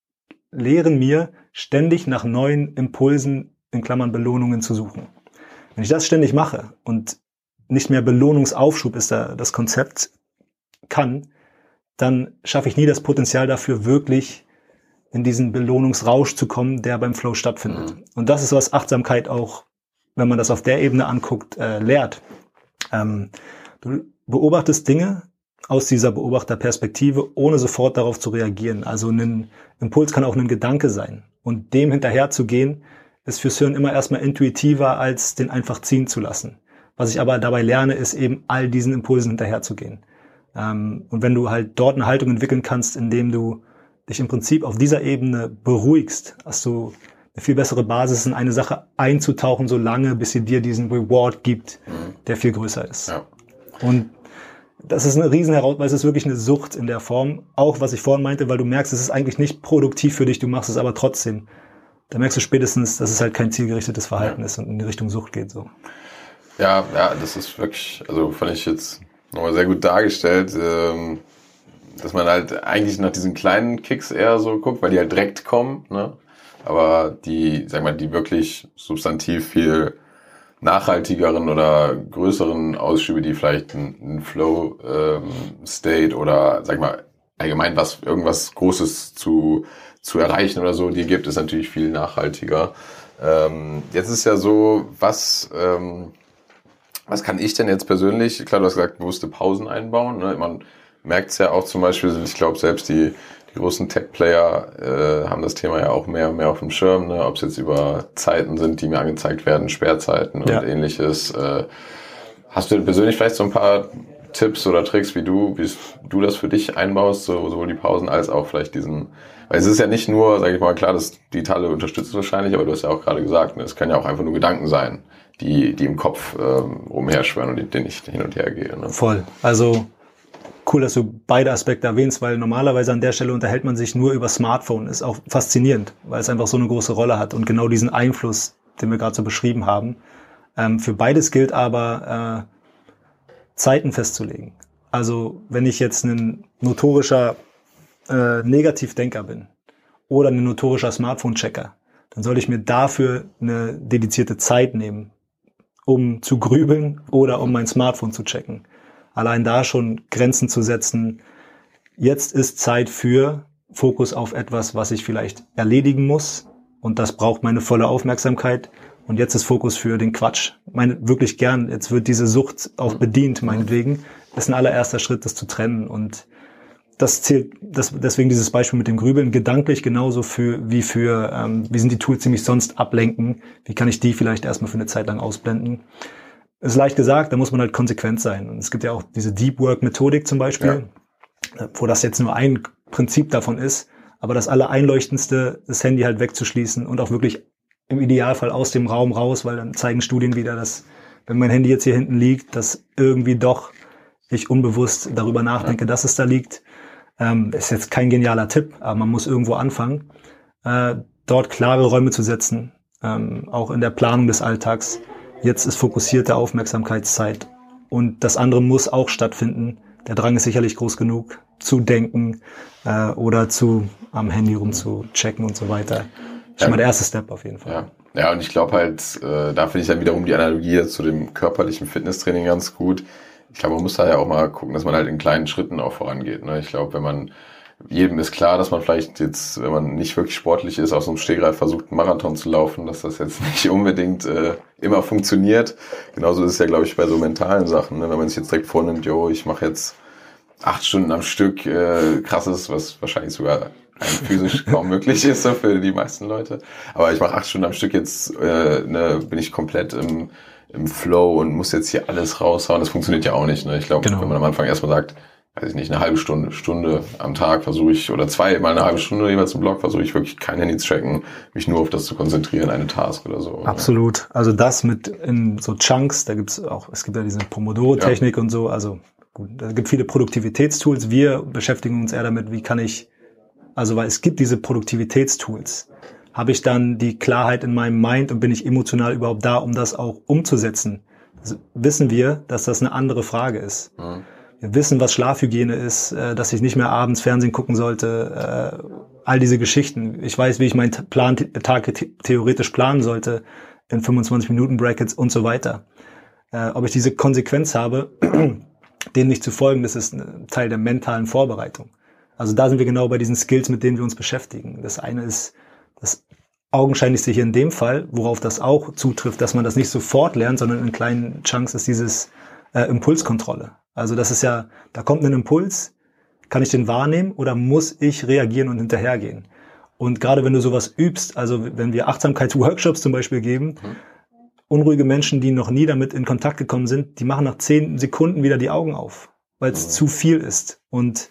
lehren mir, ständig nach neuen Impulsen, in Klammern Belohnungen, zu suchen. Wenn ich das ständig mache und nicht mehr Belohnungsaufschub ist da das Konzept, kann, dann schaffe ich nie das Potenzial dafür, wirklich in diesen Belohnungsrausch zu kommen, der beim Flow stattfindet. Mhm. Und das ist, was Achtsamkeit auch, wenn man das auf der Ebene anguckt, äh, lehrt. Ähm, du beobachtest Dinge aus dieser Beobachterperspektive, ohne sofort darauf zu reagieren. Also ein Impuls kann auch ein Gedanke sein. Und dem hinterher zu gehen, ist fürs Hirn immer erstmal intuitiver, als den einfach ziehen zu lassen. Was ich aber dabei lerne, ist eben all diesen Impulsen hinterher zu gehen. Ähm, und wenn du halt dort eine Haltung entwickeln kannst, indem du dich im Prinzip auf dieser Ebene beruhigst, hast du eine viel bessere Basis, in eine Sache einzutauchen, so lange, bis sie dir diesen Reward gibt, der viel größer ist. Ja. Und das ist eine riesen Herausforderung, weil es ist wirklich eine Sucht in der Form. Auch, was ich vorhin meinte, weil du merkst, es ist eigentlich nicht produktiv für dich, du machst es aber trotzdem. Da merkst du spätestens, dass es halt kein zielgerichtetes Verhalten ja. ist und in die Richtung Sucht geht, so. Ja, ja, das ist wirklich, also fand ich jetzt nochmal sehr gut dargestellt, ähm, dass man halt eigentlich nach diesen kleinen Kicks eher so guckt, weil die halt direkt kommen, ne? Aber die, sag mal, die wirklich substantiv viel nachhaltigeren oder größeren Ausschübe, die vielleicht ein Flow-State ähm, oder, sag mal, allgemein was, irgendwas Großes zu, zu erreichen oder so, die gibt, ist natürlich viel nachhaltiger. Ähm, jetzt ist ja so, was, ähm, was kann ich denn jetzt persönlich, klar, du hast gesagt, bewusste Pausen einbauen, ne? Man merkt es ja auch zum Beispiel, ich glaube, selbst die, die großen Tech-Player äh, haben das Thema ja auch mehr und mehr auf dem Schirm, ne? Ob es jetzt über Zeiten sind, die mir angezeigt werden, Sperrzeiten und ja. ähnliches. Äh, hast du persönlich vielleicht so ein paar Tipps oder Tricks, wie du, wie du das für dich einbaust, so, sowohl die Pausen als auch vielleicht diesen, weil es ist ja nicht nur, sage ich mal, klar, das Digitale unterstützt wahrscheinlich, aber du hast ja auch gerade gesagt, ne, es kann ja auch einfach nur Gedanken sein, die, die im Kopf ähm, rumherschwören und denen ich hin und her gehe. Ne? Voll. Also cool, dass du beide Aspekte erwähnst, weil normalerweise an der Stelle unterhält man sich nur über Smartphone. Ist auch faszinierend, weil es einfach so eine große Rolle hat und genau diesen Einfluss, den wir gerade so beschrieben haben. Ähm, für beides gilt aber, äh, Zeiten festzulegen. Also wenn ich jetzt ein notorischer äh, Negativdenker bin oder ein notorischer Smartphone-Checker, dann soll ich mir dafür eine dedizierte Zeit nehmen, um zu grübeln oder um mein Smartphone zu checken. Allein da schon Grenzen zu setzen. Jetzt ist Zeit für Fokus auf etwas, was ich vielleicht erledigen muss. Und das braucht meine volle Aufmerksamkeit. Und jetzt ist Fokus für den Quatsch. Meine, wirklich gern. Jetzt wird diese Sucht auch bedient, meinetwegen. Das ist ein allererster Schritt, das zu trennen. Und das zählt, das, deswegen dieses Beispiel mit dem Grübeln, gedanklich genauso für, wie für, ähm, wie sind die Tools, die mich sonst ablenken? Wie kann ich die vielleicht erstmal für eine Zeit lang ausblenden? Ist leicht gesagt, da muss man halt konsequent sein. Und es gibt ja auch diese Deep Work Methodik zum Beispiel, ja. wo das jetzt nur ein Prinzip davon ist, aber das Allereinleuchtendste, das Handy halt wegzuschließen und auch wirklich im Idealfall aus dem Raum raus, weil dann zeigen Studien wieder, dass wenn mein Handy jetzt hier hinten liegt, dass irgendwie doch ich unbewusst darüber nachdenke, ja. dass es da liegt. Ähm, ist jetzt kein genialer Tipp, aber man muss irgendwo anfangen, äh, dort klare Räume zu setzen, ähm, auch in der Planung des Alltags. Jetzt ist fokussierte Aufmerksamkeitszeit und das andere muss auch stattfinden. Der Drang ist sicherlich groß genug, zu denken äh, oder zu am Handy rumzuchecken und so weiter. Das ist schon mal der erste Step auf jeden Fall. Ja, ja und ich glaube halt, äh, da finde ich dann wiederum die Analogie zu dem körperlichen Fitnesstraining ganz gut. Ich glaube, man muss da ja auch mal gucken, dass man halt in kleinen Schritten auch vorangeht. Ne? Ich glaube, wenn man jedem ist klar, dass man vielleicht jetzt, wenn man nicht wirklich sportlich ist, aus so einem Stegreif versucht, einen Marathon zu laufen, dass das jetzt nicht unbedingt äh, immer funktioniert. Genauso ist es ja, glaube ich, bei so mentalen Sachen. Ne? Wenn man sich jetzt direkt vornimmt, jo, ich mache jetzt acht Stunden am Stück äh, krasses, was wahrscheinlich sogar rein physisch kaum möglich ist so für die meisten Leute. Aber ich mache acht Stunden am Stück jetzt, äh, ne, bin ich komplett im, im Flow und muss jetzt hier alles raushauen. Das funktioniert ja auch nicht. Ne? Ich glaube, genau. wenn man am Anfang erstmal sagt, weiß ich nicht, eine halbe Stunde, Stunde am Tag versuche ich, oder zwei mal eine halbe Stunde jeweils im Blog, versuche ich wirklich kein Handy zu tracken, mich nur auf das zu konzentrieren, eine Task oder so. Absolut. Also das mit in so Chunks, da gibt's auch, es gibt ja diese Pomodoro-Technik ja. und so, also gut, da gibt viele Produktivitätstools. Wir beschäftigen uns eher damit, wie kann ich, also weil es gibt diese Produktivitätstools. Habe ich dann die Klarheit in meinem Mind und bin ich emotional überhaupt da, um das auch umzusetzen? Also wissen wir, dass das eine andere Frage ist. Mhm. Wir wissen, was Schlafhygiene ist, dass ich nicht mehr abends Fernsehen gucken sollte, all diese Geschichten. Ich weiß, wie ich meinen Plan, Tag theoretisch planen sollte in fünfundzwanzig Minuten Brackets und so weiter. Ob ich diese Konsequenz habe, denen nicht zu folgen, das ist ein Teil der mentalen Vorbereitung. Also da sind wir genau bei diesen Skills, mit denen wir uns beschäftigen. Das eine ist das Augenscheinlichste hier in dem Fall, worauf das auch zutrifft, dass man das nicht sofort lernt, sondern in kleinen Chunks, ist dieses äh, Impulskontrolle. Also das ist ja, da kommt ein Impuls, kann ich den wahrnehmen oder muss ich reagieren und hinterhergehen? Und gerade wenn du sowas übst, also wenn wir Achtsamkeitsworkshops zum Beispiel geben, mhm. unruhige Menschen, die noch nie damit in Kontakt gekommen sind, die machen nach zehn Sekunden wieder die Augen auf, weil es mhm. zu viel ist. Und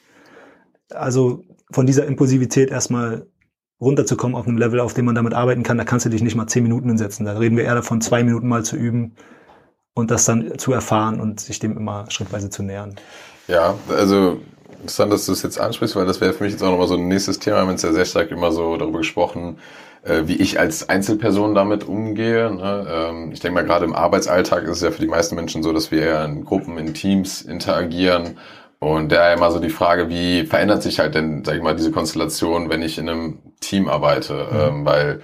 also von dieser Impulsivität erstmal runterzukommen auf einem Level, auf dem man damit arbeiten kann, da kannst du dich nicht mal zehn Minuten hinsetzen. Da reden wir eher davon, zwei Minuten mal zu üben und das dann zu erfahren und sich dem immer schrittweise zu nähern. Ja, also interessant, dass du es jetzt ansprichst, weil das wäre für mich jetzt auch nochmal so ein nächstes Thema. Wir haben jetzt ja sehr stark immer so darüber gesprochen, äh, wie ich als Einzelperson damit umgehe. Ne? Ähm, ich denke mal, gerade im Arbeitsalltag ist es ja für die meisten Menschen so, dass wir eher in Gruppen, in Teams interagieren. Und da immer so die Frage, wie verändert sich halt denn, sag ich mal, diese Konstellation, wenn ich in einem Team arbeite? Mhm. Ähm, weil,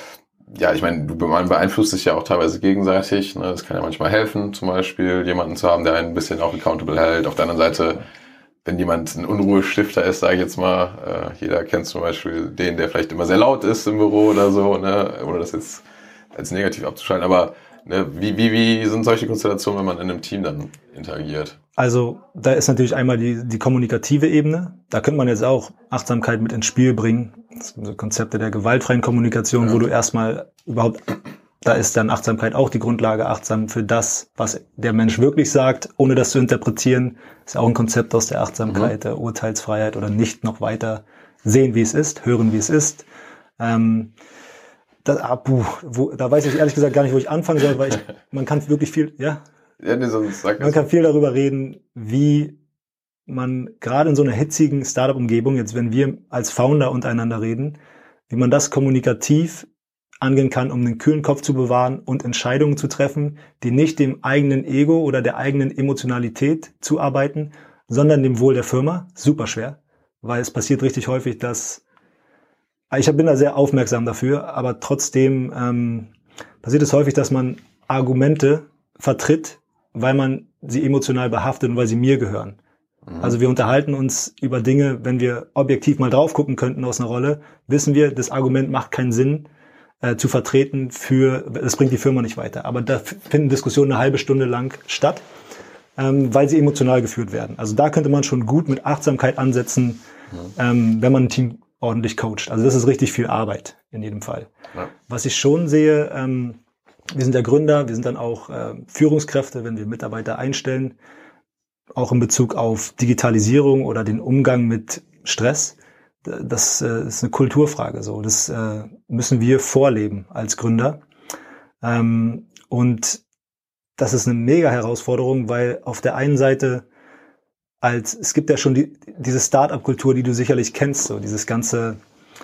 ja, ich meine, man beeinflusst sich ja auch teilweise gegenseitig. Ne? Das kann ja manchmal helfen, zum Beispiel jemanden zu haben, der einen ein bisschen auch accountable hält. Auf der anderen Seite, wenn jemand ein Unruhestifter ist, sage ich jetzt mal, äh, jeder kennt zum Beispiel den, der vielleicht immer sehr laut ist im Büro oder so, ne? Ohne das jetzt als negativ abzuschalten. Aber ne, wie, wie, wie sind solche Konstellationen, wenn man in einem Team dann interagiert? Also da ist natürlich einmal die, die kommunikative Ebene. Da könnte man jetzt auch Achtsamkeit mit ins Spiel bringen. Das sind so Konzepte der gewaltfreien Kommunikation, ja. wo du erstmal überhaupt, da ist dann Achtsamkeit auch die Grundlage, achtsam für das, was der Mensch wirklich sagt, ohne das zu interpretieren. Ist auch ein Konzept aus der Achtsamkeit, mhm. der Urteilsfreiheit oder nicht noch weiter sehen, wie es ist, hören, wie es ist. Ähm, das, ah, puh, wo, da weiß ich ehrlich gesagt gar nicht, wo ich anfangen soll, weil ich, man kann wirklich viel, ja. Ja, nee, sonst sag man kann viel darüber reden, wie man gerade in so einer hitzigen Startup-Umgebung, jetzt wenn wir als Founder untereinander reden, wie man das kommunikativ angehen kann, um den kühlen Kopf zu bewahren und Entscheidungen zu treffen, die nicht dem eigenen Ego oder der eigenen Emotionalität zuarbeiten, sondern dem Wohl der Firma. Super schwer, weil es passiert richtig häufig, dass ich bin da sehr aufmerksam dafür, aber trotzdem ähm, passiert es häufig, dass man Argumente vertritt, weil man sie emotional behaftet und weil sie mir gehören. Mhm. Also wir unterhalten uns über Dinge, wenn wir objektiv mal drauf gucken könnten aus einer Rolle, wissen wir, das Argument macht keinen Sinn äh, zu vertreten, für, das bringt die Firma nicht weiter. Aber da finden Diskussionen eine halbe Stunde lang statt, ähm, weil sie emotional geführt werden. Also da könnte man schon gut mit Achtsamkeit ansetzen, mhm. ähm, wenn man ein Team ordentlich coacht. Also das ist richtig viel Arbeit in jedem Fall. Ja. Was ich schon sehe, ähm, wir sind der Gründer, wir sind dann auch äh, Führungskräfte, wenn wir Mitarbeiter einstellen, auch in Bezug auf Digitalisierung oder den Umgang mit Stress. Das äh, ist eine Kulturfrage. So, das äh, müssen wir vorleben als Gründer. Ähm, und das ist eine mega Herausforderung, weil auf der einen Seite als es gibt ja schon die, diese Start-up-Kultur, die du sicherlich kennst, so dieses ganze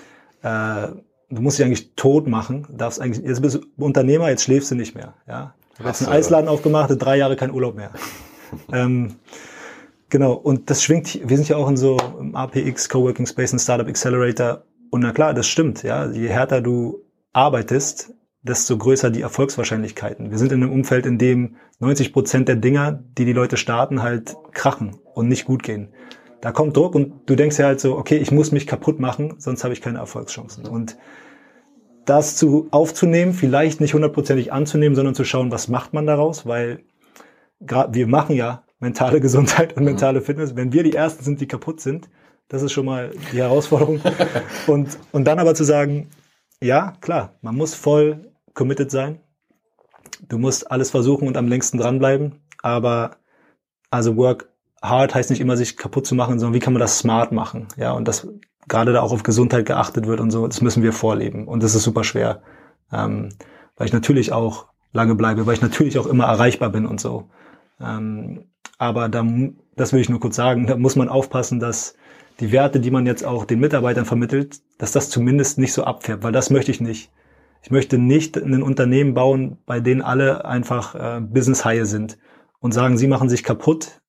äh, du musst dich eigentlich tot machen, darfst eigentlich, jetzt bist du Unternehmer, jetzt schläfst du nicht mehr, ja. Du hast einen Eisladen aufgemacht, drei Jahre kein Urlaub mehr. ähm, genau, und das schwingt, wir sind ja auch in so im A P X, Coworking Space und Startup Accelerator, und na klar, das stimmt, ja. Je härter du arbeitest, desto größer die Erfolgswahrscheinlichkeiten. Wir sind in einem Umfeld, in dem neunzig Prozent der Dinger, die die Leute starten, halt krachen und nicht gut gehen. Da kommt Druck und du denkst ja halt so, okay, ich muss mich kaputt machen, sonst habe ich keine Erfolgschancen. Und das zu aufzunehmen, vielleicht nicht hundertprozentig anzunehmen, sondern zu schauen, was macht man daraus, weil gerade wir machen ja mentale Gesundheit und mentale Fitness. Wenn wir die Ersten sind, die kaputt sind, das ist schon mal die Herausforderung. und, und dann aber zu sagen, ja, klar, man muss voll committed sein. Du musst alles versuchen und am längsten dranbleiben. Aber also Work hard heißt nicht immer, sich kaputt zu machen, sondern wie kann man das smart machen? Ja, und das gerade da auch auf Gesundheit geachtet wird und so, das müssen wir vorleben. Und das ist super schwer. Ähm, weil ich natürlich auch lange bleibe, weil ich natürlich auch immer erreichbar bin und so. Ähm, aber da, das will ich nur kurz sagen, da muss man aufpassen, dass die Werte, die man jetzt auch den Mitarbeitern vermittelt, dass das zumindest nicht so abfärbt, weil das möchte ich nicht. Ich möchte nicht ein Unternehmen bauen, bei denen alle einfach äh, Business-Haie sind und sagen, sie machen sich kaputt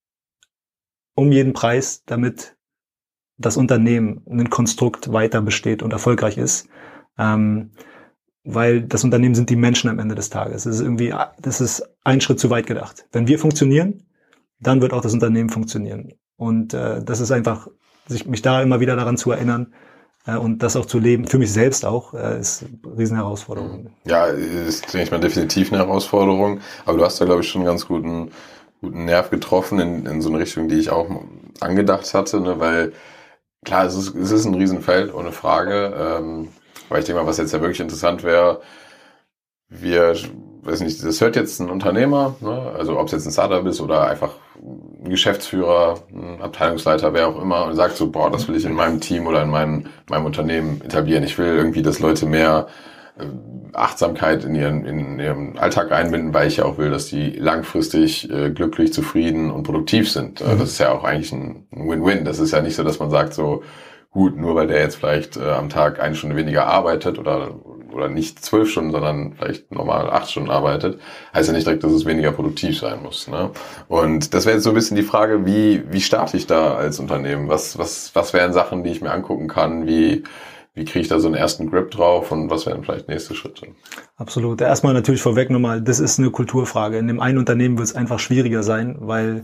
um jeden Preis, damit das Unternehmen, ein Konstrukt weiter besteht und erfolgreich ist. Ähm, weil das Unternehmen sind die Menschen am Ende des Tages. Das ist irgendwie, das ist ein Schritt zu weit gedacht. Wenn wir funktionieren, dann wird auch das Unternehmen funktionieren. Und äh, das ist einfach, sich mich da immer wieder daran zu erinnern, und das auch zu leben, für mich selbst auch, ist eine riesen Herausforderung. Ja, ist, denke ich mal, definitiv eine Herausforderung. Aber du hast da, glaube ich, schon einen ganz guten, guten Nerv getroffen in, in so eine Richtung, die ich auch angedacht hatte, ne? Weil klar, es ist, es ist ein Riesenfeld, ohne Frage. Ähm, aber ich denke mal, was jetzt ja wirklich interessant wäre, wir, weiß nicht, das hört jetzt ein Unternehmer, ne? Also ob es jetzt ein Startup ist oder einfach ein Geschäftsführer, ein Abteilungsleiter, wer auch immer, und sagt so, boah, das will ich in meinem Team oder in meinem, meinem Unternehmen etablieren. Ich will irgendwie, dass Leute mehr äh, Achtsamkeit in ihren, in ihrem Alltag einbinden, weil ich ja auch will, dass die langfristig äh, glücklich, zufrieden und produktiv sind. Mhm. Das ist ja auch eigentlich ein, ein Win-Win. Das ist ja nicht so, dass man sagt so, gut, nur weil der jetzt vielleicht äh, am Tag eine Stunde weniger arbeitet oder oder nicht zwölf Stunden, sondern vielleicht normal acht Stunden arbeitet, heißt ja nicht direkt, dass es weniger produktiv sein muss. Ne? Und das wäre jetzt so ein bisschen die Frage, wie wie starte ich da als Unternehmen? Was was was wären Sachen, die ich mir angucken kann? Wie wie kriege ich da so einen ersten Grip drauf und was wären vielleicht nächste Schritte? Absolut. Erstmal natürlich vorweg nochmal, das ist eine Kulturfrage. In dem einen Unternehmen wird es einfach schwieriger sein, weil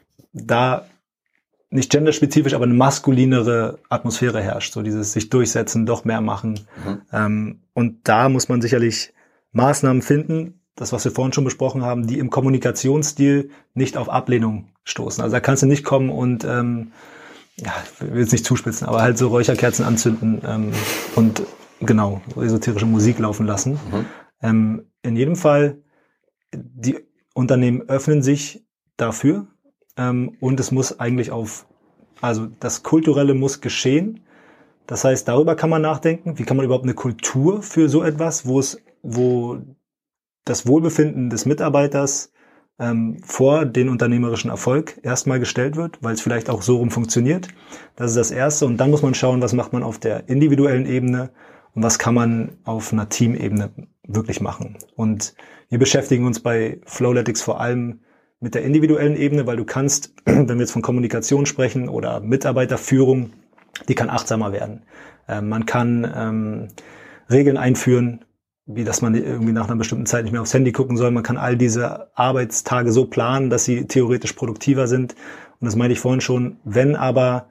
da nicht genderspezifisch, aber eine maskulinere Atmosphäre herrscht. So dieses sich durchsetzen, doch mehr machen. Mhm. Ähm, und da muss man sicherlich Maßnahmen finden, das, was wir vorhin schon besprochen haben, die im Kommunikationsstil nicht auf Ablehnung stoßen. Also da kannst du nicht kommen und, ähm, ja, ich will jetzt nicht zuspitzen, aber halt so Räucherkerzen anzünden ähm, und genau, esoterische Musik laufen lassen. Mhm. Ähm, in jedem Fall, die Unternehmen öffnen sich dafür, Ähm, und es muss eigentlich auf, also das Kulturelle muss geschehen. Das heißt, darüber kann man nachdenken. Wie kann man überhaupt eine Kultur für so etwas, wo es, wo das Wohlbefinden des Mitarbeiters ähm, vor den unternehmerischen Erfolg erstmal gestellt wird, weil es vielleicht auch so rum funktioniert. Das ist das Erste. Und dann muss man schauen, was macht man auf der individuellen Ebene und was kann man auf einer Teamebene wirklich machen. Und wir beschäftigen uns bei Flowletics vor allem mit der individuellen Ebene, weil du kannst, wenn wir jetzt von Kommunikation sprechen oder Mitarbeiterführung, die kann achtsamer werden. Ähm, man kann ähm, Regeln einführen, wie dass man irgendwie nach einer bestimmten Zeit nicht mehr aufs Handy gucken soll. Man kann all diese Arbeitstage so planen, dass sie theoretisch produktiver sind. Und das meinte ich vorhin schon. Wenn aber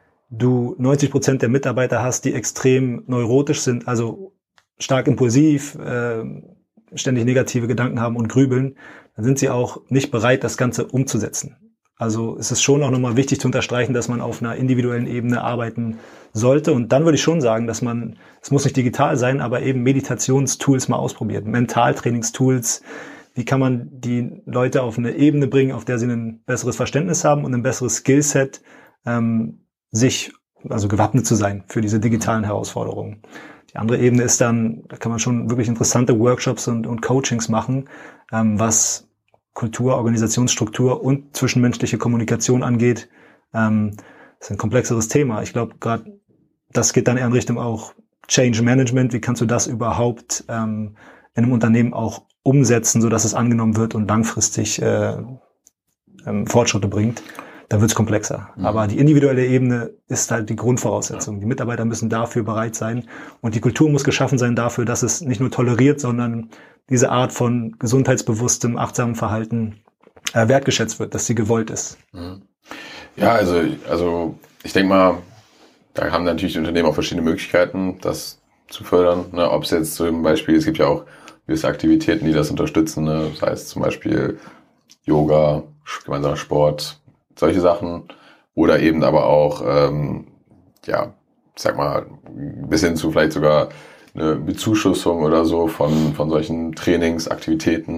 du neunzig Prozent der Mitarbeiter hast, die extrem neurotisch sind, also stark impulsiv, äh, ständig negative Gedanken haben und grübeln, dann sind sie auch nicht bereit, das Ganze umzusetzen. Also es ist schon auch nochmal wichtig zu unterstreichen, dass man auf einer individuellen Ebene arbeiten sollte. Und dann würde ich schon sagen, dass man, es muss nicht digital sein, aber eben Meditationstools mal ausprobiert, Mentaltrainingstools. Wie kann man die Leute auf eine Ebene bringen, auf der sie ein besseres Verständnis haben und ein besseres Skillset, ähm, sich, also gewappnet zu sein für diese digitalen Herausforderungen. Die andere Ebene ist dann, da kann man schon wirklich interessante Workshops und, und Coachings machen, ähm, was Kultur, Organisationsstruktur und zwischenmenschliche Kommunikation angeht. Ähm, das ist ein komplexeres Thema. Ich glaube, gerade das geht dann eher in Richtung auch Change Management. Wie kannst du das überhaupt ähm, in einem Unternehmen auch umsetzen, sodass es angenommen wird und langfristig äh, ähm, Fortschritte bringt? Da wird es komplexer. Mhm. Aber die individuelle Ebene ist halt die Grundvoraussetzung. Ja. Die Mitarbeiter müssen dafür bereit sein. Und die Kultur muss geschaffen sein dafür, dass es nicht nur toleriert, sondern diese Art von gesundheitsbewusstem, achtsamem Verhalten äh, wertgeschätzt wird, dass sie gewollt ist. Mhm. Ja, also, also ich denke mal, da haben natürlich die Unternehmen auch verschiedene Möglichkeiten, das zu fördern. Ne? Ob es jetzt zum Beispiel, es gibt ja auch gewisse Aktivitäten, die das unterstützen, ne? Das heißt zum Beispiel Yoga, gemeinsamer Sport, solche Sachen. Oder eben aber auch, ähm, ja, ich sag mal, bis hin zu vielleicht sogar eine Bezuschussung oder so von, von solchen Trainingsaktivitäten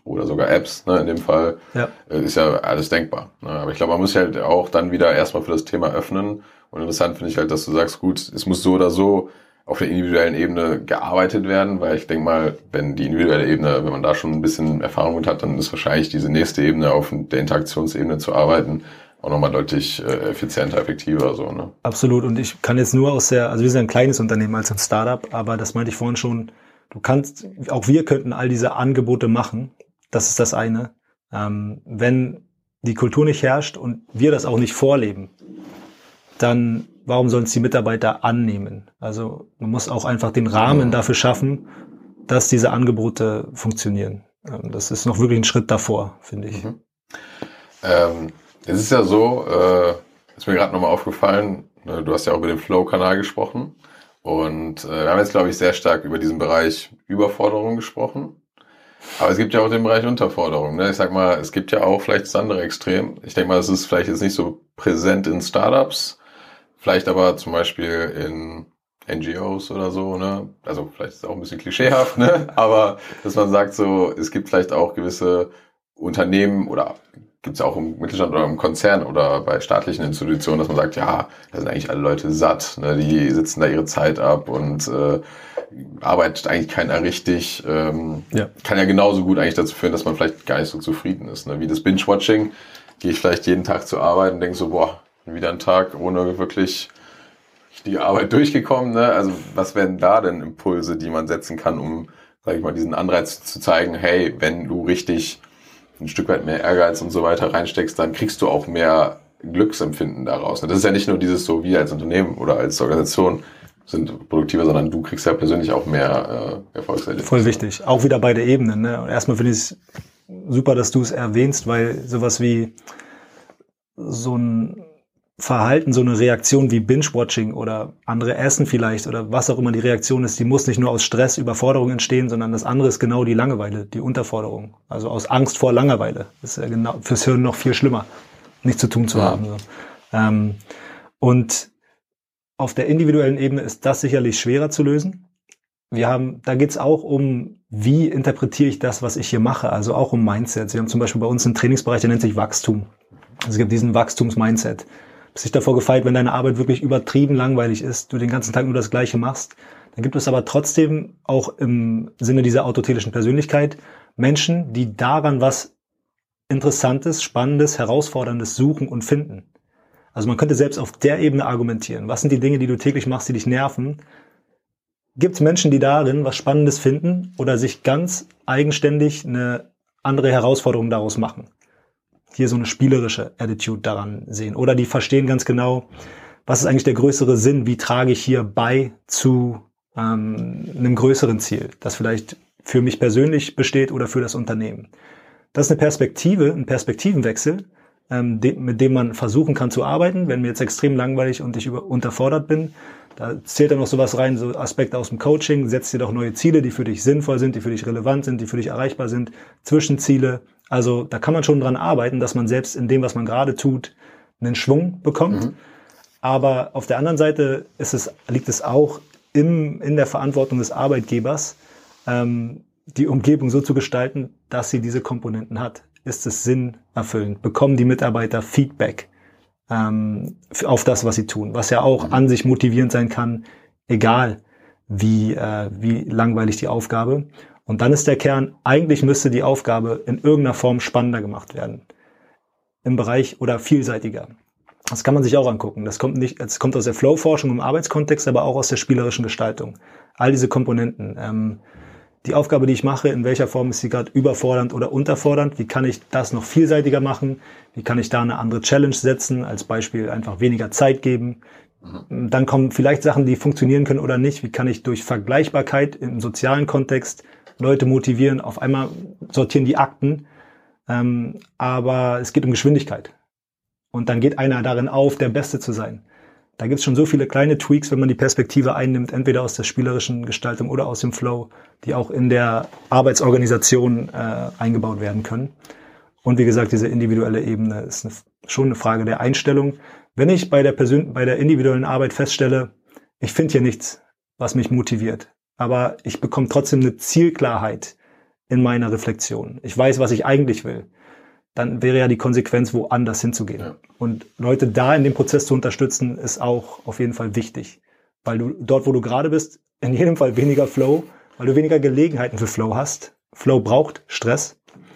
oder sogar Apps, ne, in dem Fall, ja. ist ja alles denkbar. Ne? Aber ich glaube, man muss halt auch dann wieder erstmal für das Thema öffnen. Und interessant finde ich halt, dass du sagst, gut, es muss so oder so auf der individuellen Ebene gearbeitet werden, weil ich denke mal, wenn die individuelle Ebene, wenn man da schon ein bisschen Erfahrung mit hat, dann ist wahrscheinlich diese nächste Ebene auf der Interaktionsebene zu arbeiten auch nochmal deutlich äh, effizienter, effektiver, so, ne? Absolut. Und ich kann jetzt nur aus der, also wir sind ein kleines Unternehmen als ein Startup, aber das meinte ich vorhin schon, du kannst, auch wir könnten all diese Angebote machen. Das ist das eine. Ähm, wenn die Kultur nicht herrscht und wir das auch nicht vorleben, dann warum sollen es die Mitarbeiter annehmen? Also man muss auch einfach den Rahmen dafür schaffen, dass diese Angebote funktionieren. Ähm, das ist noch wirklich ein Schritt davor, finde ich. Mhm. Ähm, es ist ja so, äh, ist mir gerade nochmal aufgefallen, ne, du hast ja auch über den Flow-Kanal gesprochen und äh, wir haben jetzt, glaube ich, sehr stark über diesen Bereich Überforderung gesprochen. Aber es gibt ja auch den Bereich Unterforderung. Ne? Ich sag mal, es gibt ja auch vielleicht das andere Extrem. Ich denke mal, es ist vielleicht jetzt nicht so präsent in Startups, vielleicht aber zum Beispiel in N G Os oder so, ne? Also vielleicht ist es auch ein bisschen klischeehaft, ne? Aber dass man sagt so, es gibt vielleicht auch gewisse Unternehmen oder gibt es auch im Mittelstand oder im Konzern oder bei staatlichen Institutionen, dass man sagt, ja, da sind eigentlich alle Leute satt, ne? Die sitzen da ihre Zeit ab und äh, arbeitet eigentlich keiner richtig. Ähm, ja. Kann ja genauso gut eigentlich dazu führen, dass man vielleicht gar nicht so zufrieden ist. Ne? Wie das Binge-Watching, gehe ich vielleicht jeden Tag zur Arbeit und denke so, boah, wieder ein Tag ohne wirklich die Arbeit durchgekommen. Ne? Also was wären da denn Impulse, die man setzen kann, um, sag ich mal, diesen Anreiz zu zeigen, hey, wenn du richtig ein Stück weit mehr Ehrgeiz und so weiter reinsteckst, dann kriegst du auch mehr Glücksempfinden daraus. Das ist ja nicht nur dieses so, wir als Unternehmen oder als Organisation sind produktiver, sondern du kriegst ja persönlich auch mehr äh, Erfolgserlebnisse. Voll wichtig. Auch wieder beide Ebenen. Ne? Und erstmal finde ich es super, dass du es erwähnst, weil sowas wie so ein Verhalten, so eine Reaktion wie Binge-Watching oder andere Essen vielleicht oder was auch immer die Reaktion ist, die muss nicht nur aus Stress, Überforderung entstehen, sondern das andere ist genau die Langeweile, die Unterforderung. Also aus Angst vor Langeweile. Das ist ja genau fürs Hirn noch viel schlimmer, nichts zu tun zu ja. haben. So. Ähm, und auf der individuellen Ebene ist das sicherlich schwerer zu lösen. Wir haben, da geht's auch um, wie interpretiere ich das, was ich hier mache, also auch um Mindsets. Wir haben zum Beispiel bei uns einen Trainingsbereich, der nennt sich Wachstum. Also es gibt diesen Wachstums-Mindset. Bist dich davor gefeit, wenn deine Arbeit wirklich übertrieben langweilig ist, du den ganzen Tag nur das Gleiche machst, dann gibt es aber trotzdem auch im Sinne dieser autotelischen Persönlichkeit Menschen, die daran was Interessantes, Spannendes, Herausforderndes suchen und finden. Also man könnte selbst auf der Ebene argumentieren. Was sind die Dinge, die du täglich machst, die dich nerven? Gibt es Menschen, die darin was Spannendes finden oder sich ganz eigenständig eine andere Herausforderung daraus machen? Hier so eine spielerische Attitude daran sehen. Oder die verstehen ganz genau, was ist eigentlich der größere Sinn? Wie trage ich hier bei zu ähm, einem größeren Ziel, das vielleicht für mich persönlich besteht oder für das Unternehmen? Das ist eine Perspektive, ein Perspektivenwechsel, ähm, de- mit dem man versuchen kann zu arbeiten. Wenn mir jetzt extrem langweilig und ich über- unterfordert bin, da zählt dann noch sowas rein, so Aspekte aus dem Coaching. Setz dir doch neue Ziele, die für dich sinnvoll sind, die für dich relevant sind, die für dich erreichbar sind. Zwischenziele. Also da kann man schon dran arbeiten, dass man selbst in dem, was man gerade tut, einen Schwung bekommt. Mhm. Aber auf der anderen Seite ist es, liegt es auch im, in der Verantwortung des Arbeitgebers, ähm, die Umgebung so zu gestalten, dass sie diese Komponenten hat. Ist es sinnerfüllend? Bekommen die Mitarbeiter Feedback ähm, auf das, was sie tun? Was ja auch mhm. an sich motivierend sein kann, egal wie, äh, wie langweilig die Aufgabe. Und dann ist der Kern, eigentlich müsste die Aufgabe in irgendeiner Form spannender gemacht werden. Im Bereich oder vielseitiger. Das kann man sich auch angucken. Das kommt nicht, es kommt aus der Flow-Forschung im Arbeitskontext, aber auch aus der spielerischen Gestaltung. All diese Komponenten. Ähm, die Aufgabe, die ich mache, in welcher Form ist sie gerade überfordernd oder unterfordernd? Wie kann ich das noch vielseitiger machen? Wie kann ich da eine andere Challenge setzen? Als Beispiel einfach weniger Zeit geben. Mhm. Dann kommen vielleicht Sachen, die funktionieren können oder nicht. Wie kann ich durch Vergleichbarkeit im sozialen Kontext Leute motivieren? Auf einmal sortieren die Akten. Ähm, aber es geht um Geschwindigkeit. Und dann geht einer darin auf, der Beste zu sein. Da gibt es schon so viele kleine Tweaks, wenn man die Perspektive einnimmt, entweder aus der spielerischen Gestaltung oder aus dem Flow, die auch in der Arbeitsorganisation äh, eingebaut werden können. Und wie gesagt, diese individuelle Ebene ist eine, schon eine Frage der Einstellung. Wenn ich bei der, Persön- bei der individuellen Arbeit feststelle, ich finde hier nichts, was mich motiviert, aber ich bekomme trotzdem eine Zielklarheit in meiner Reflexion. Ich weiß, was ich eigentlich will. Dann wäre ja die Konsequenz, woanders hinzugehen. Ja. Und Leute da in dem Prozess zu unterstützen, ist auch auf jeden Fall wichtig. Weil du dort, wo du gerade bist, in jedem Fall weniger Flow, weil du weniger Gelegenheiten für Flow hast. Flow braucht Stress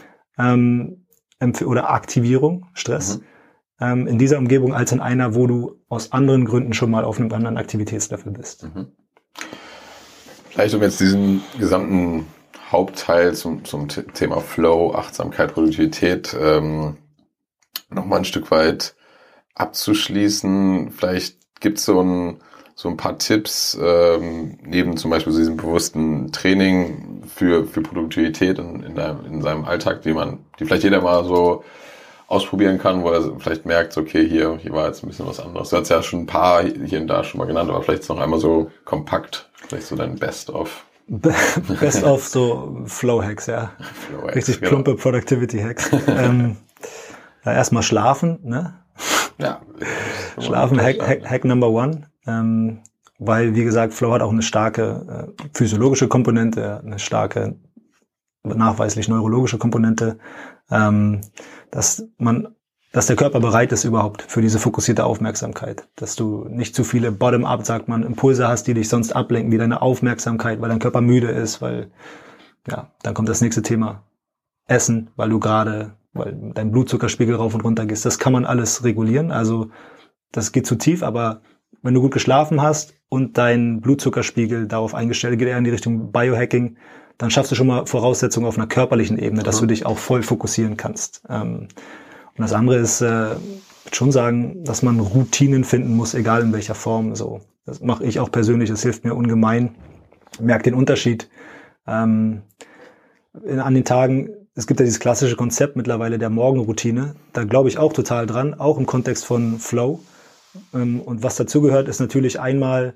ähm, oder Aktivierung, Stress, mhm. ähm, in dieser Umgebung als in einer, wo du aus anderen Gründen schon mal auf einem anderen Aktivitätslevel bist. Mhm. Vielleicht um jetzt diesen gesamten Hauptteil zum, zum Thema Flow, Achtsamkeit, Produktivität ähm, nochmal ein Stück weit abzuschließen. Vielleicht gibt es so ein, so ein paar Tipps, ähm, neben zum Beispiel diesem bewussten Training für, für Produktivität in, in, deinem, in seinem Alltag, die man, die vielleicht jeder mal so ausprobieren kann, wo er vielleicht merkt, okay, hier, hier war jetzt ein bisschen was anderes. Du hast ja schon ein paar hier und da schon mal genannt, aber vielleicht noch einmal so kompakt, vielleicht so dein Best-of. Best of so Flow-Hacks, ja. Flow Richtig genau. Plumpe Productivity-Hacks. ähm, ja, erstmal schlafen, ne? Ja. Schlafen, Hack, Hack, Hack Number One. Ähm, weil, wie gesagt, Flow hat auch eine starke äh, physiologische Komponente, eine starke nachweislich neurologische Komponente, ähm, dass man dass der Körper bereit ist überhaupt für diese fokussierte Aufmerksamkeit. Dass du nicht zu viele Bottom-up, sagt man, Impulse hast, die dich sonst ablenken, wie deine Aufmerksamkeit, weil dein Körper müde ist, weil, ja, dann kommt das nächste Thema. Essen, weil du gerade, weil dein Blutzuckerspiegel rauf und runter gehst. Das kann man alles regulieren, also das geht zu tief, aber wenn du gut geschlafen hast und dein Blutzuckerspiegel darauf eingestellt, geht eher in die Richtung Biohacking, dann schaffst du schon mal Voraussetzungen auf einer körperlichen Ebene, dass du dich auch voll fokussieren kannst. Ähm, Und das andere ist, äh, ich würde schon sagen, dass man Routinen finden muss, egal in welcher Form. So, das mache ich auch persönlich, das hilft mir ungemein. Ich merke den Unterschied. Ähm, in, an den Tagen, es gibt ja dieses klassische Konzept mittlerweile der Morgenroutine. Da glaube ich auch total dran, auch im Kontext von Flow. Ähm, und was dazugehört, ist natürlich einmal,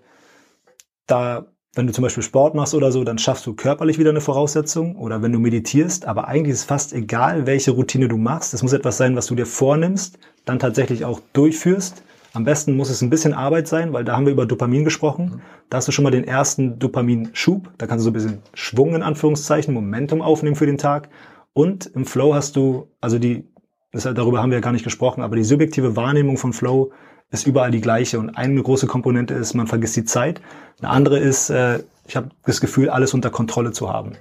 da, wenn du zum Beispiel Sport machst oder so, dann schaffst du körperlich wieder eine Voraussetzung, oder wenn du meditierst, aber eigentlich ist es fast egal, welche Routine du machst. Es muss etwas sein, was du dir vornimmst, dann tatsächlich auch durchführst. Am besten muss es ein bisschen Arbeit sein, weil da haben wir über Dopamin gesprochen. Da hast du schon mal den ersten Dopaminschub. Da kannst du so ein bisschen Schwung in Anführungszeichen, Momentum aufnehmen für den Tag. Und im Flow hast du, also die, das, darüber haben wir ja gar nicht gesprochen, aber die subjektive Wahrnehmung von Flow ist überall die gleiche. Und eine große Komponente ist, man vergisst die Zeit. Eine andere ist, äh, ich habe das Gefühl, alles unter Kontrolle zu haben.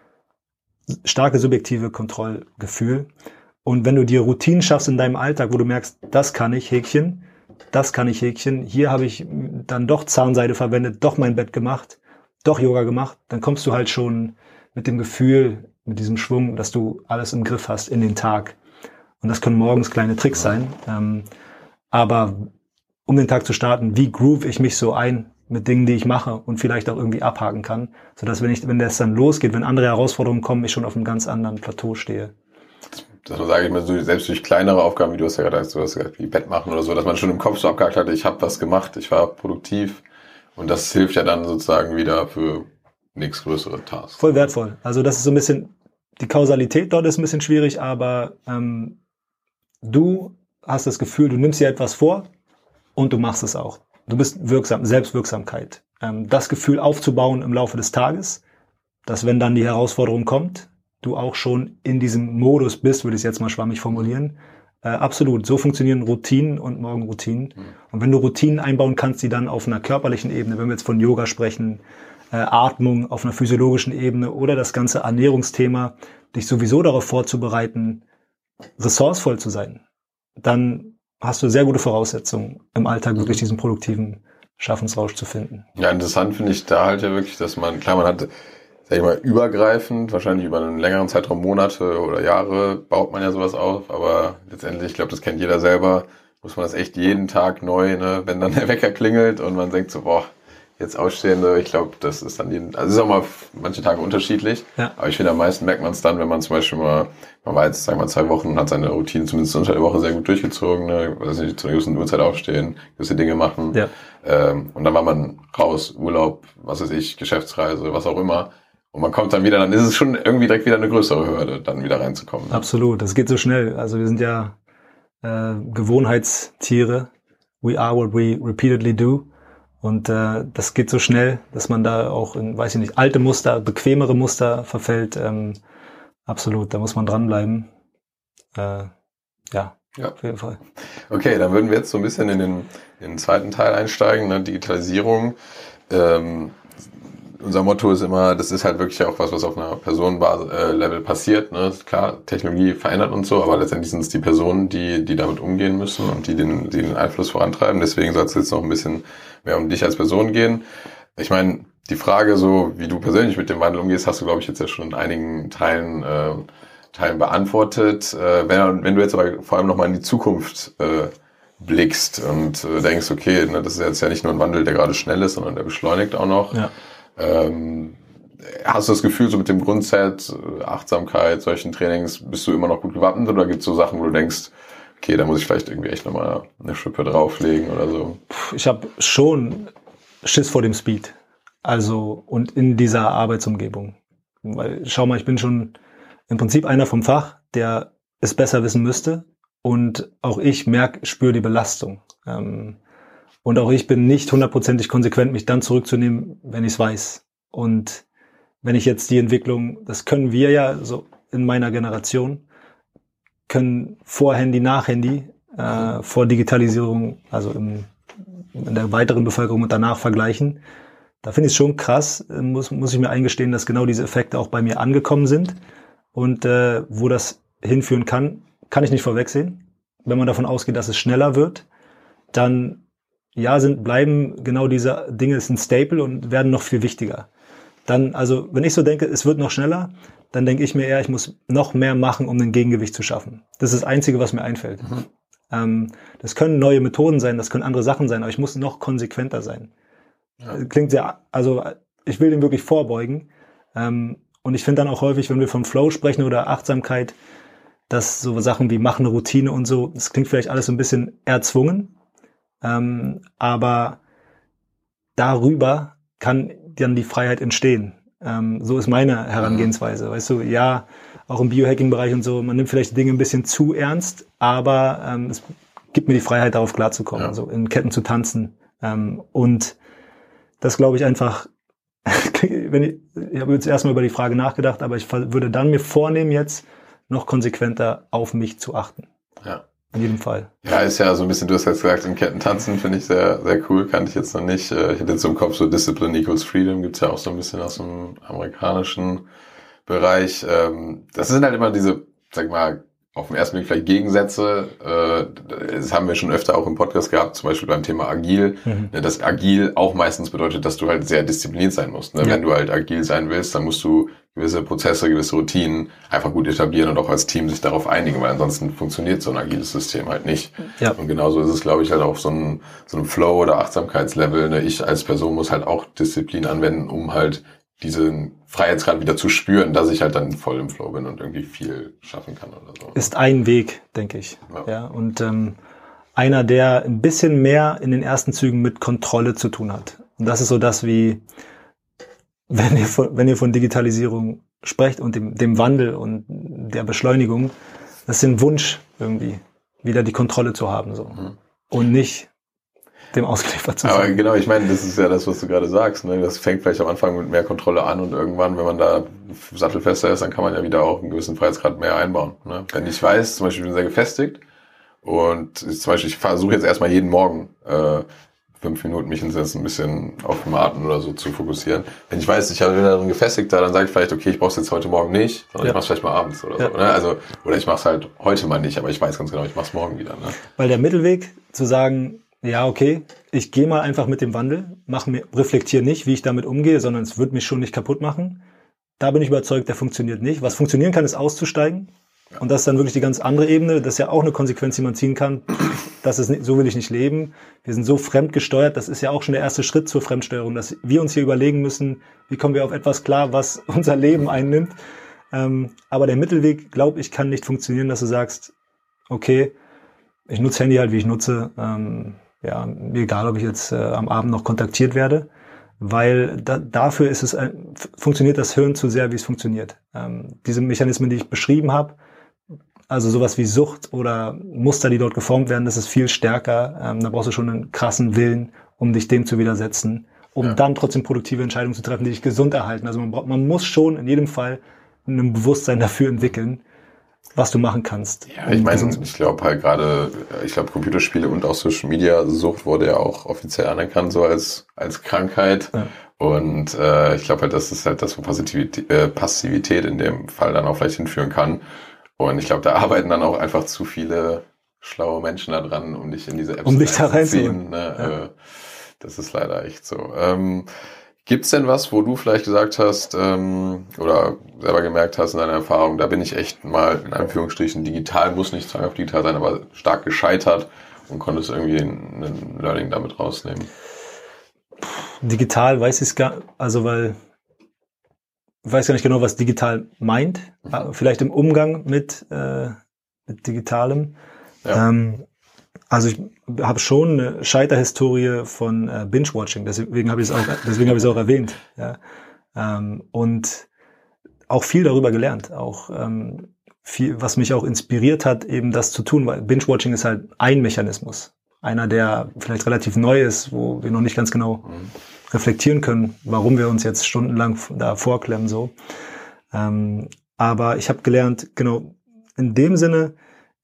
Starke subjektive Kontrollgefühl. Und wenn du dir Routinen schaffst in deinem Alltag, wo du merkst, das kann ich, Häkchen, das kann ich, Häkchen, hier habe ich dann doch Zahnseide verwendet, doch mein Bett gemacht, doch Yoga gemacht, dann kommst du halt schon mit dem Gefühl, mit diesem Schwung, dass du alles im Griff hast in den Tag. Und das können morgens kleine Tricks sein. Ähm, aber um den Tag zu starten, wie groove ich mich so ein mit Dingen, die ich mache und vielleicht auch irgendwie abhaken kann, sodass, wenn ich, wenn das dann losgeht, wenn andere Herausforderungen kommen, ich schon auf einem ganz anderen Plateau stehe. Dass man, sage ich mal, so, selbst durch kleinere Aufgaben, wie du hast ja gerade gesagt, wie Bett machen oder so, dass man schon im Kopf so abgehakt hatte, ich habe was gemacht, ich war produktiv, und das hilft ja dann sozusagen wieder für nichts größere Tasks. Voll wertvoll. Also das ist so ein bisschen, die Kausalität dort ist ein bisschen schwierig, aber ähm, du hast das Gefühl, du nimmst dir etwas vor und du machst es auch. Du bist wirksam, Selbstwirksamkeit. Ähm, das Gefühl aufzubauen im Laufe des Tages, dass, wenn dann die Herausforderung kommt, du auch schon in diesem Modus bist, würde ich es jetzt mal schwammig formulieren. Äh, absolut. So funktionieren Routinen und Morgenroutinen. Mhm. Und wenn du Routinen einbauen kannst, die dann auf einer körperlichen Ebene, wenn wir jetzt von Yoga sprechen, äh, Atmung auf einer physiologischen Ebene oder das ganze Ernährungsthema, dich sowieso darauf vorzubereiten, ressourcevoll zu sein, dann hast du sehr gute Voraussetzungen, im Alltag wirklich diesen produktiven Schaffensrausch zu finden. Ja, interessant finde ich da halt ja wirklich, dass man, klar, man hat, sag ich mal, übergreifend, wahrscheinlich über einen längeren Zeitraum, Monate oder Jahre, baut man ja sowas auf, aber letztendlich, ich glaube, das kennt jeder selber, muss man das echt jeden Tag neu, ne, wenn dann der Wecker klingelt und man denkt so, boah, jetzt Ausstehende, ich glaube, das ist dann jeden, also es ist auch mal manche Tage unterschiedlich, ja. Aber ich finde, am meisten merkt man es dann, wenn man zum Beispiel mal, man war jetzt, sagen wir mal, zwei Wochen und hat seine Routine zumindest unter der Woche sehr gut durchgezogen, ne, also nicht zu einer gewissen Uhrzeit aufstehen, gewisse Dinge machen, ja. ähm, und dann war man raus, Urlaub, was weiß ich, Geschäftsreise, was auch immer, und man kommt dann wieder, dann ist es schon irgendwie direkt wieder eine größere Hürde, dann wieder reinzukommen. Ne? Absolut, das geht so schnell, also wir sind ja äh, Gewohnheitstiere, we are what we repeatedly do. Und äh, das geht so schnell, dass man da auch in, weiß ich nicht, alte Muster, bequemere Muster verfällt. Ähm, absolut. Da muss man dranbleiben. Äh, ja, ja, auf jeden Fall. Okay, dann würden wir jetzt so ein bisschen in den, in den zweiten Teil einsteigen, ne? Digitalisierung. Ähm, unser Motto ist immer, das ist halt wirklich auch was, was auf einer Personenlevel passiert. Ne? Klar, Technologie verändert uns so, aber letztendlich sind es die Personen, die die damit umgehen müssen und die den, die den Einfluss vorantreiben. Deswegen soll es jetzt noch ein bisschen mehr um dich als Person gehen. Ich meine, die Frage so, wie du persönlich mit dem Wandel umgehst, hast du, glaube ich, jetzt ja schon in einigen Teilen, äh, Teilen beantwortet. Äh, wenn, wenn du jetzt aber vor allem nochmal in die Zukunft äh, blickst und äh, denkst, okay, ne, das ist jetzt ja nicht nur ein Wandel, der gerade schnell ist, sondern der beschleunigt auch noch. Ja. Ähm, hast du das Gefühl, so mit dem Grundset, Achtsamkeit, solchen Trainings, bist du immer noch gut gewappnet oder gibt es so Sachen, wo du denkst, okay, da muss ich vielleicht irgendwie echt nochmal eine Schippe drauflegen oder so? Ich habe schon Schiss vor dem Speed, also und in dieser Arbeitsumgebung. Weil, schau mal, ich bin schon im Prinzip einer vom Fach, der es besser wissen müsste und auch ich merke, spüre die Belastung. Ähm, Und auch ich bin nicht hundertprozentig konsequent, mich dann zurückzunehmen, wenn ich es weiß. Und wenn ich jetzt die Entwicklung, das können wir ja so in meiner Generation, können vor Handy, nach Handy, äh, vor Digitalisierung, also im, in der weiteren Bevölkerung und danach vergleichen. Da finde ich es schon krass, muss, muss ich mir eingestehen, dass genau diese Effekte auch bei mir angekommen sind. Und äh, wo das hinführen kann, kann ich nicht vorwegsehen. Wenn man davon ausgeht, dass es schneller wird, dann ja, sind, bleiben genau diese Dinge, ist ein Staple und werden noch viel wichtiger. Dann, also, wenn ich so denke, es wird noch schneller, dann denke ich mir eher, ich muss noch mehr machen, um ein Gegengewicht zu schaffen. Das ist das Einzige, was mir einfällt. Mhm. Ähm, das können neue Methoden sein, das können andere Sachen sein, aber ich muss noch konsequenter sein. Ja. Klingt sehr, also, ich will dem wirklich vorbeugen. Ähm, und ich finde dann auch häufig, wenn wir von Flow sprechen oder Achtsamkeit, dass so Sachen wie machen eine Routine und so, das klingt vielleicht alles so ein bisschen erzwungen. Ähm, aber darüber kann dann die Freiheit entstehen. Ähm, so ist meine Herangehensweise. Weißt du, ja, auch im Biohacking-Bereich und so, man nimmt vielleicht Dinge ein bisschen zu ernst, aber ähm, es gibt mir die Freiheit, darauf klarzukommen, ja. Also in Ketten zu tanzen. Ähm, und das glaube ich einfach, wenn ich, ich habe jetzt erstmal über die Frage nachgedacht, aber ich würde dann mir vornehmen, jetzt noch konsequenter auf mich zu achten. Ja. In jedem Fall. Ja, ist ja so ein bisschen, du hast jetzt gesagt, in Ketten tanzen finde ich sehr, sehr cool, kannte ich jetzt noch nicht. Ich hatte jetzt im Kopf so Discipline equals Freedom, gibt's ja auch so ein bisschen aus dem amerikanischen Bereich. Das sind halt immer diese, sag mal, auf den ersten Blick vielleicht Gegensätze. Das haben wir schon öfter auch im Podcast gehabt, zum Beispiel beim Thema agil. Mhm. Dass agil auch meistens bedeutet, dass du halt sehr diszipliniert sein musst. Ja. Wenn du halt agil sein willst, dann musst du gewisse Prozesse, gewisse Routinen einfach gut etablieren und auch als Team sich darauf einigen, weil ansonsten funktioniert so ein agiles System halt nicht. Ja. Und genauso ist es, glaube ich, halt auf so einem, so einem Flow- oder Achtsamkeitslevel. Ne? Ich als Person muss halt auch Disziplin anwenden, um halt diesen Freiheitsgrad wieder zu spüren, dass ich halt dann voll im Flow bin und irgendwie viel schaffen kann oder so. Ist ein Weg, denke ich. Ja. Ja, und ähm, einer, der ein bisschen mehr in den ersten Zügen mit Kontrolle zu tun hat. Und das ist so das, wie Wenn ihr, von, wenn ihr von Digitalisierung sprecht und dem, dem Wandel und der Beschleunigung, das ist ein Wunsch irgendwie, wieder die Kontrolle zu haben so mhm. und nicht dem ausgeliefert zu sein. Aber genau, ich meine, das ist ja das, was du gerade sagst. Ne? Das fängt vielleicht am Anfang mit mehr Kontrolle an und irgendwann, wenn man da sattelfester ist, dann kann man ja wieder auch einen gewissen Freiheitsgrad mehr einbauen. Ne? Wenn ich weiß, zum Beispiel, ich bin sehr gefestigt und zum Beispiel, ich versuche jetzt erstmal jeden Morgen äh, fünf Minuten mich hinsetzen, ein bisschen auf dem Atmen oder so zu fokussieren. Wenn ich weiß, ich bin darin gefestigt, da, dann sage ich vielleicht, okay, ich brauche es jetzt heute Morgen nicht, sondern ja. ich mache es vielleicht mal abends oder ja. so. Ne? Also, oder ich mache es halt heute mal nicht, aber ich weiß ganz genau, ich mache es morgen wieder. Ne? Weil der Mittelweg zu sagen, ja, okay, ich gehe mal einfach mit dem Wandel, mach mir, reflektiere nicht, wie ich damit umgehe, sondern es wird mich schon nicht kaputt machen. Da bin ich überzeugt, der funktioniert nicht. Was funktionieren kann, ist auszusteigen. Ja. Und das ist dann wirklich die ganz andere Ebene. Das ist ja auch eine Konsequenz, die man ziehen kann. Das ist nicht, so will ich nicht leben. Wir sind so fremdgesteuert. Das ist ja auch schon der erste Schritt zur Fremdsteuerung, dass wir uns hier überlegen müssen, wie kommen wir auf etwas klar, was unser Leben einnimmt. Ähm, aber der Mittelweg, glaube ich, kann nicht funktionieren, dass du sagst, okay, ich nutze Handy halt, wie ich nutze. Ähm, ja, mir egal, ob ich jetzt äh, am Abend noch kontaktiert werde, weil da, dafür ist es, äh, funktioniert das Hirn zu sehr, wie es funktioniert. Ähm, diese Mechanismen, die ich beschrieben habe, also sowas wie Sucht oder Muster, die dort geformt werden, das ist viel stärker. Ähm, da brauchst du schon einen krassen Willen, um dich dem zu widersetzen, um ja. dann trotzdem produktive Entscheidungen zu treffen, die dich gesund erhalten. Also man braucht, man muss schon in jedem Fall ein Bewusstsein dafür entwickeln, was du machen kannst. Ja, ich meine, ich glaube halt gerade, ich glaube Computerspiele und auch Social Media Sucht wurde ja auch offiziell anerkannt so als als Krankheit. Ja. Und äh, ich glaube halt, das ist halt das, wo Passivität, äh, Passivität in dem Fall dann auch vielleicht hinführen kann. Und ich glaube, da arbeiten dann auch einfach zu viele schlaue Menschen da dran, um dich in diese Apps um dich da reinzuziehen. Ne? Ja. Äh, das ist leider echt so. Ähm, Gibt's denn was, wo du vielleicht gesagt hast ähm, oder selber gemerkt hast in deiner Erfahrung, da bin ich echt mal in Anführungsstrichen digital, muss nicht zwanghaft digital sein, aber stark gescheitert und konntest irgendwie ein, ein Learning damit rausnehmen? Digital weiß ich es gar, also weil ich weiß gar nicht genau, was digital meint. Mhm. Vielleicht im Umgang mit, äh, mit Digitalem. Ja. Ähm, also ich habe schon eine Scheiterhistorie von äh, Binge-Watching, deswegen habe ich es auch, deswegen habe ich es auch erwähnt. Ja. Ähm, und auch viel darüber gelernt, auch ähm, viel, was mich auch inspiriert hat, eben das zu tun, weil Binge-Watching ist halt ein Mechanismus, einer, der vielleicht relativ neu ist, wo wir noch nicht ganz genau mhm. reflektieren können, warum wir uns jetzt stundenlang da vorklemmen so. Ähm, aber ich habe gelernt, genau in dem Sinne,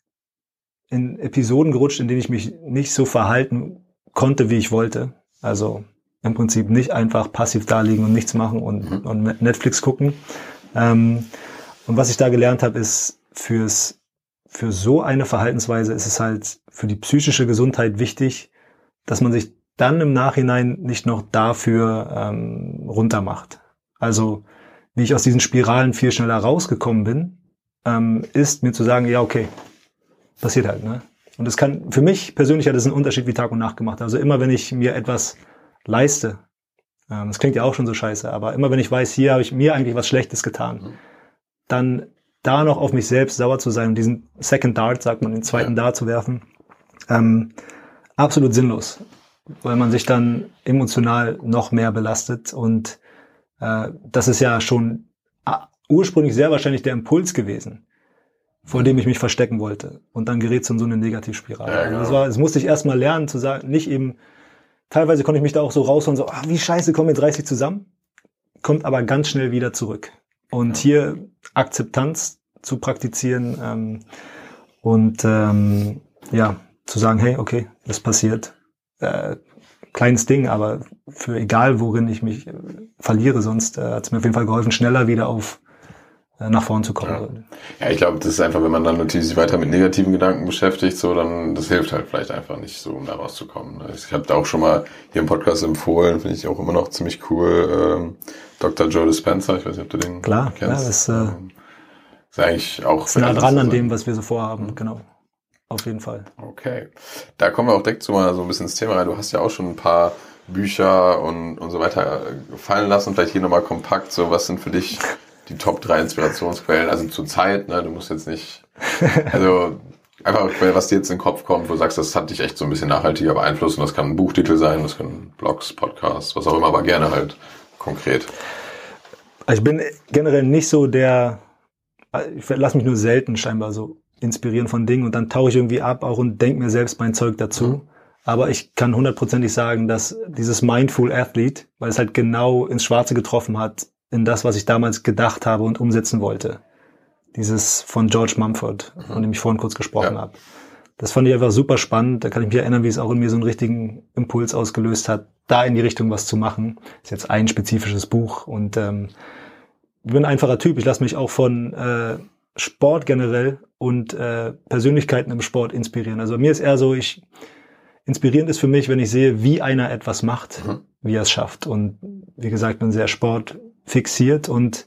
in Episoden gerutscht, in denen ich mich nicht so verhalten konnte, wie ich wollte. Also im Prinzip nicht einfach passiv da liegen und nichts machen und, mhm. und Netflix gucken. Ähm, und was ich da gelernt habe, ist, fürs, für so eine Verhaltensweise ist es halt für die psychische Gesundheit wichtig, dass man sich dann im Nachhinein nicht noch dafür ähm, runtermacht. Also wie ich aus diesen Spiralen viel schneller rausgekommen bin, ähm, ist mir zu sagen, ja okay, passiert halt, ne? Und das kann, für mich persönlich hat das einen Unterschied wie Tag und Nacht gemacht. Also immer, wenn ich mir etwas leiste, ähm, das klingt ja auch schon so scheiße, aber immer, wenn ich weiß, hier habe ich mir eigentlich was Schlechtes getan, mhm. dann da noch auf mich selbst sauer zu sein und diesen Second Dart, sagt man, den zweiten ja. Dart zu werfen, ähm, absolut sinnlos, weil man sich dann emotional noch mehr belastet und äh, das ist ja schon äh, ursprünglich sehr wahrscheinlich der Impuls gewesen, vor dem ich mich verstecken wollte. Und dann gerät es in so eine Negativspirale. Ja, genau. Also das war, das musste ich erst mal lernen, zu sagen, nicht eben, teilweise konnte ich mich da auch so rausholen, so, ah, wie scheiße, kommen jetzt dreißig zusammen, kommt aber ganz schnell wieder zurück. Und ja. hier Akzeptanz zu praktizieren ähm, und ähm, ja, zu sagen, hey, okay, das passiert. Äh, kleines Ding, aber für egal, worin ich mich äh, verliere, sonst äh, hat es mir auf jeden Fall geholfen, schneller wieder auf nach vorn zu kommen. Ja, ja ich glaube, das ist einfach, wenn man dann natürlich sich weiter mit negativen Gedanken beschäftigt, so dann, das hilft halt vielleicht einfach nicht so, um da rauszukommen. Ich habe da auch schon mal hier im Podcast empfohlen, finde ich auch immer noch ziemlich cool, ähm, Doktor Joe Dispenza, ich weiß nicht, ob du den klar, kennst. Klar, das äh, ist eigentlich auch ist nah dran an dem, was wir so vorhaben, mhm. genau. Auf jeden Fall. Okay. Da kommen wir auch direkt so mal so ein bisschen ins Thema rein. Du hast ja auch schon ein paar Bücher und, und so weiter fallen lassen. Vielleicht hier nochmal kompakt, so was sind für dich die Top drei Inspirationsquellen, also zur Zeit, ne, du musst jetzt nicht, also einfach, was dir jetzt in den Kopf kommt, wo du sagst, das hat dich echt so ein bisschen nachhaltiger beeinflusst und das kann ein Buchtitel sein, das können Blogs, Podcasts, was auch immer, aber gerne halt konkret. Ich bin generell nicht so der, ich lasse mich nur selten scheinbar so inspirieren von Dingen und dann tauche ich irgendwie ab auch und denke mir selbst mein Zeug dazu. Mhm. Aber ich kann hundertprozentig sagen, dass dieses Mindful Athlete, weil es halt genau ins Schwarze getroffen hat, in das, was ich damals gedacht habe und umsetzen wollte. Dieses von George Mumford, mhm. von dem ich vorhin kurz gesprochen ja. habe. Das fand ich einfach super spannend. Da kann ich mich erinnern, wie es auch in mir so einen richtigen Impuls ausgelöst hat, da in die Richtung was zu machen. Ist jetzt ein spezifisches Buch und ähm, ich bin ein einfacher Typ. Ich lasse mich auch von äh, Sport generell und äh, Persönlichkeiten im Sport inspirieren. Also bei mir ist eher so, ich inspirierend ist für mich, wenn ich sehe, wie einer etwas macht, mhm. wie er es schafft. Und wie gesagt, bin sehr sportfixiert und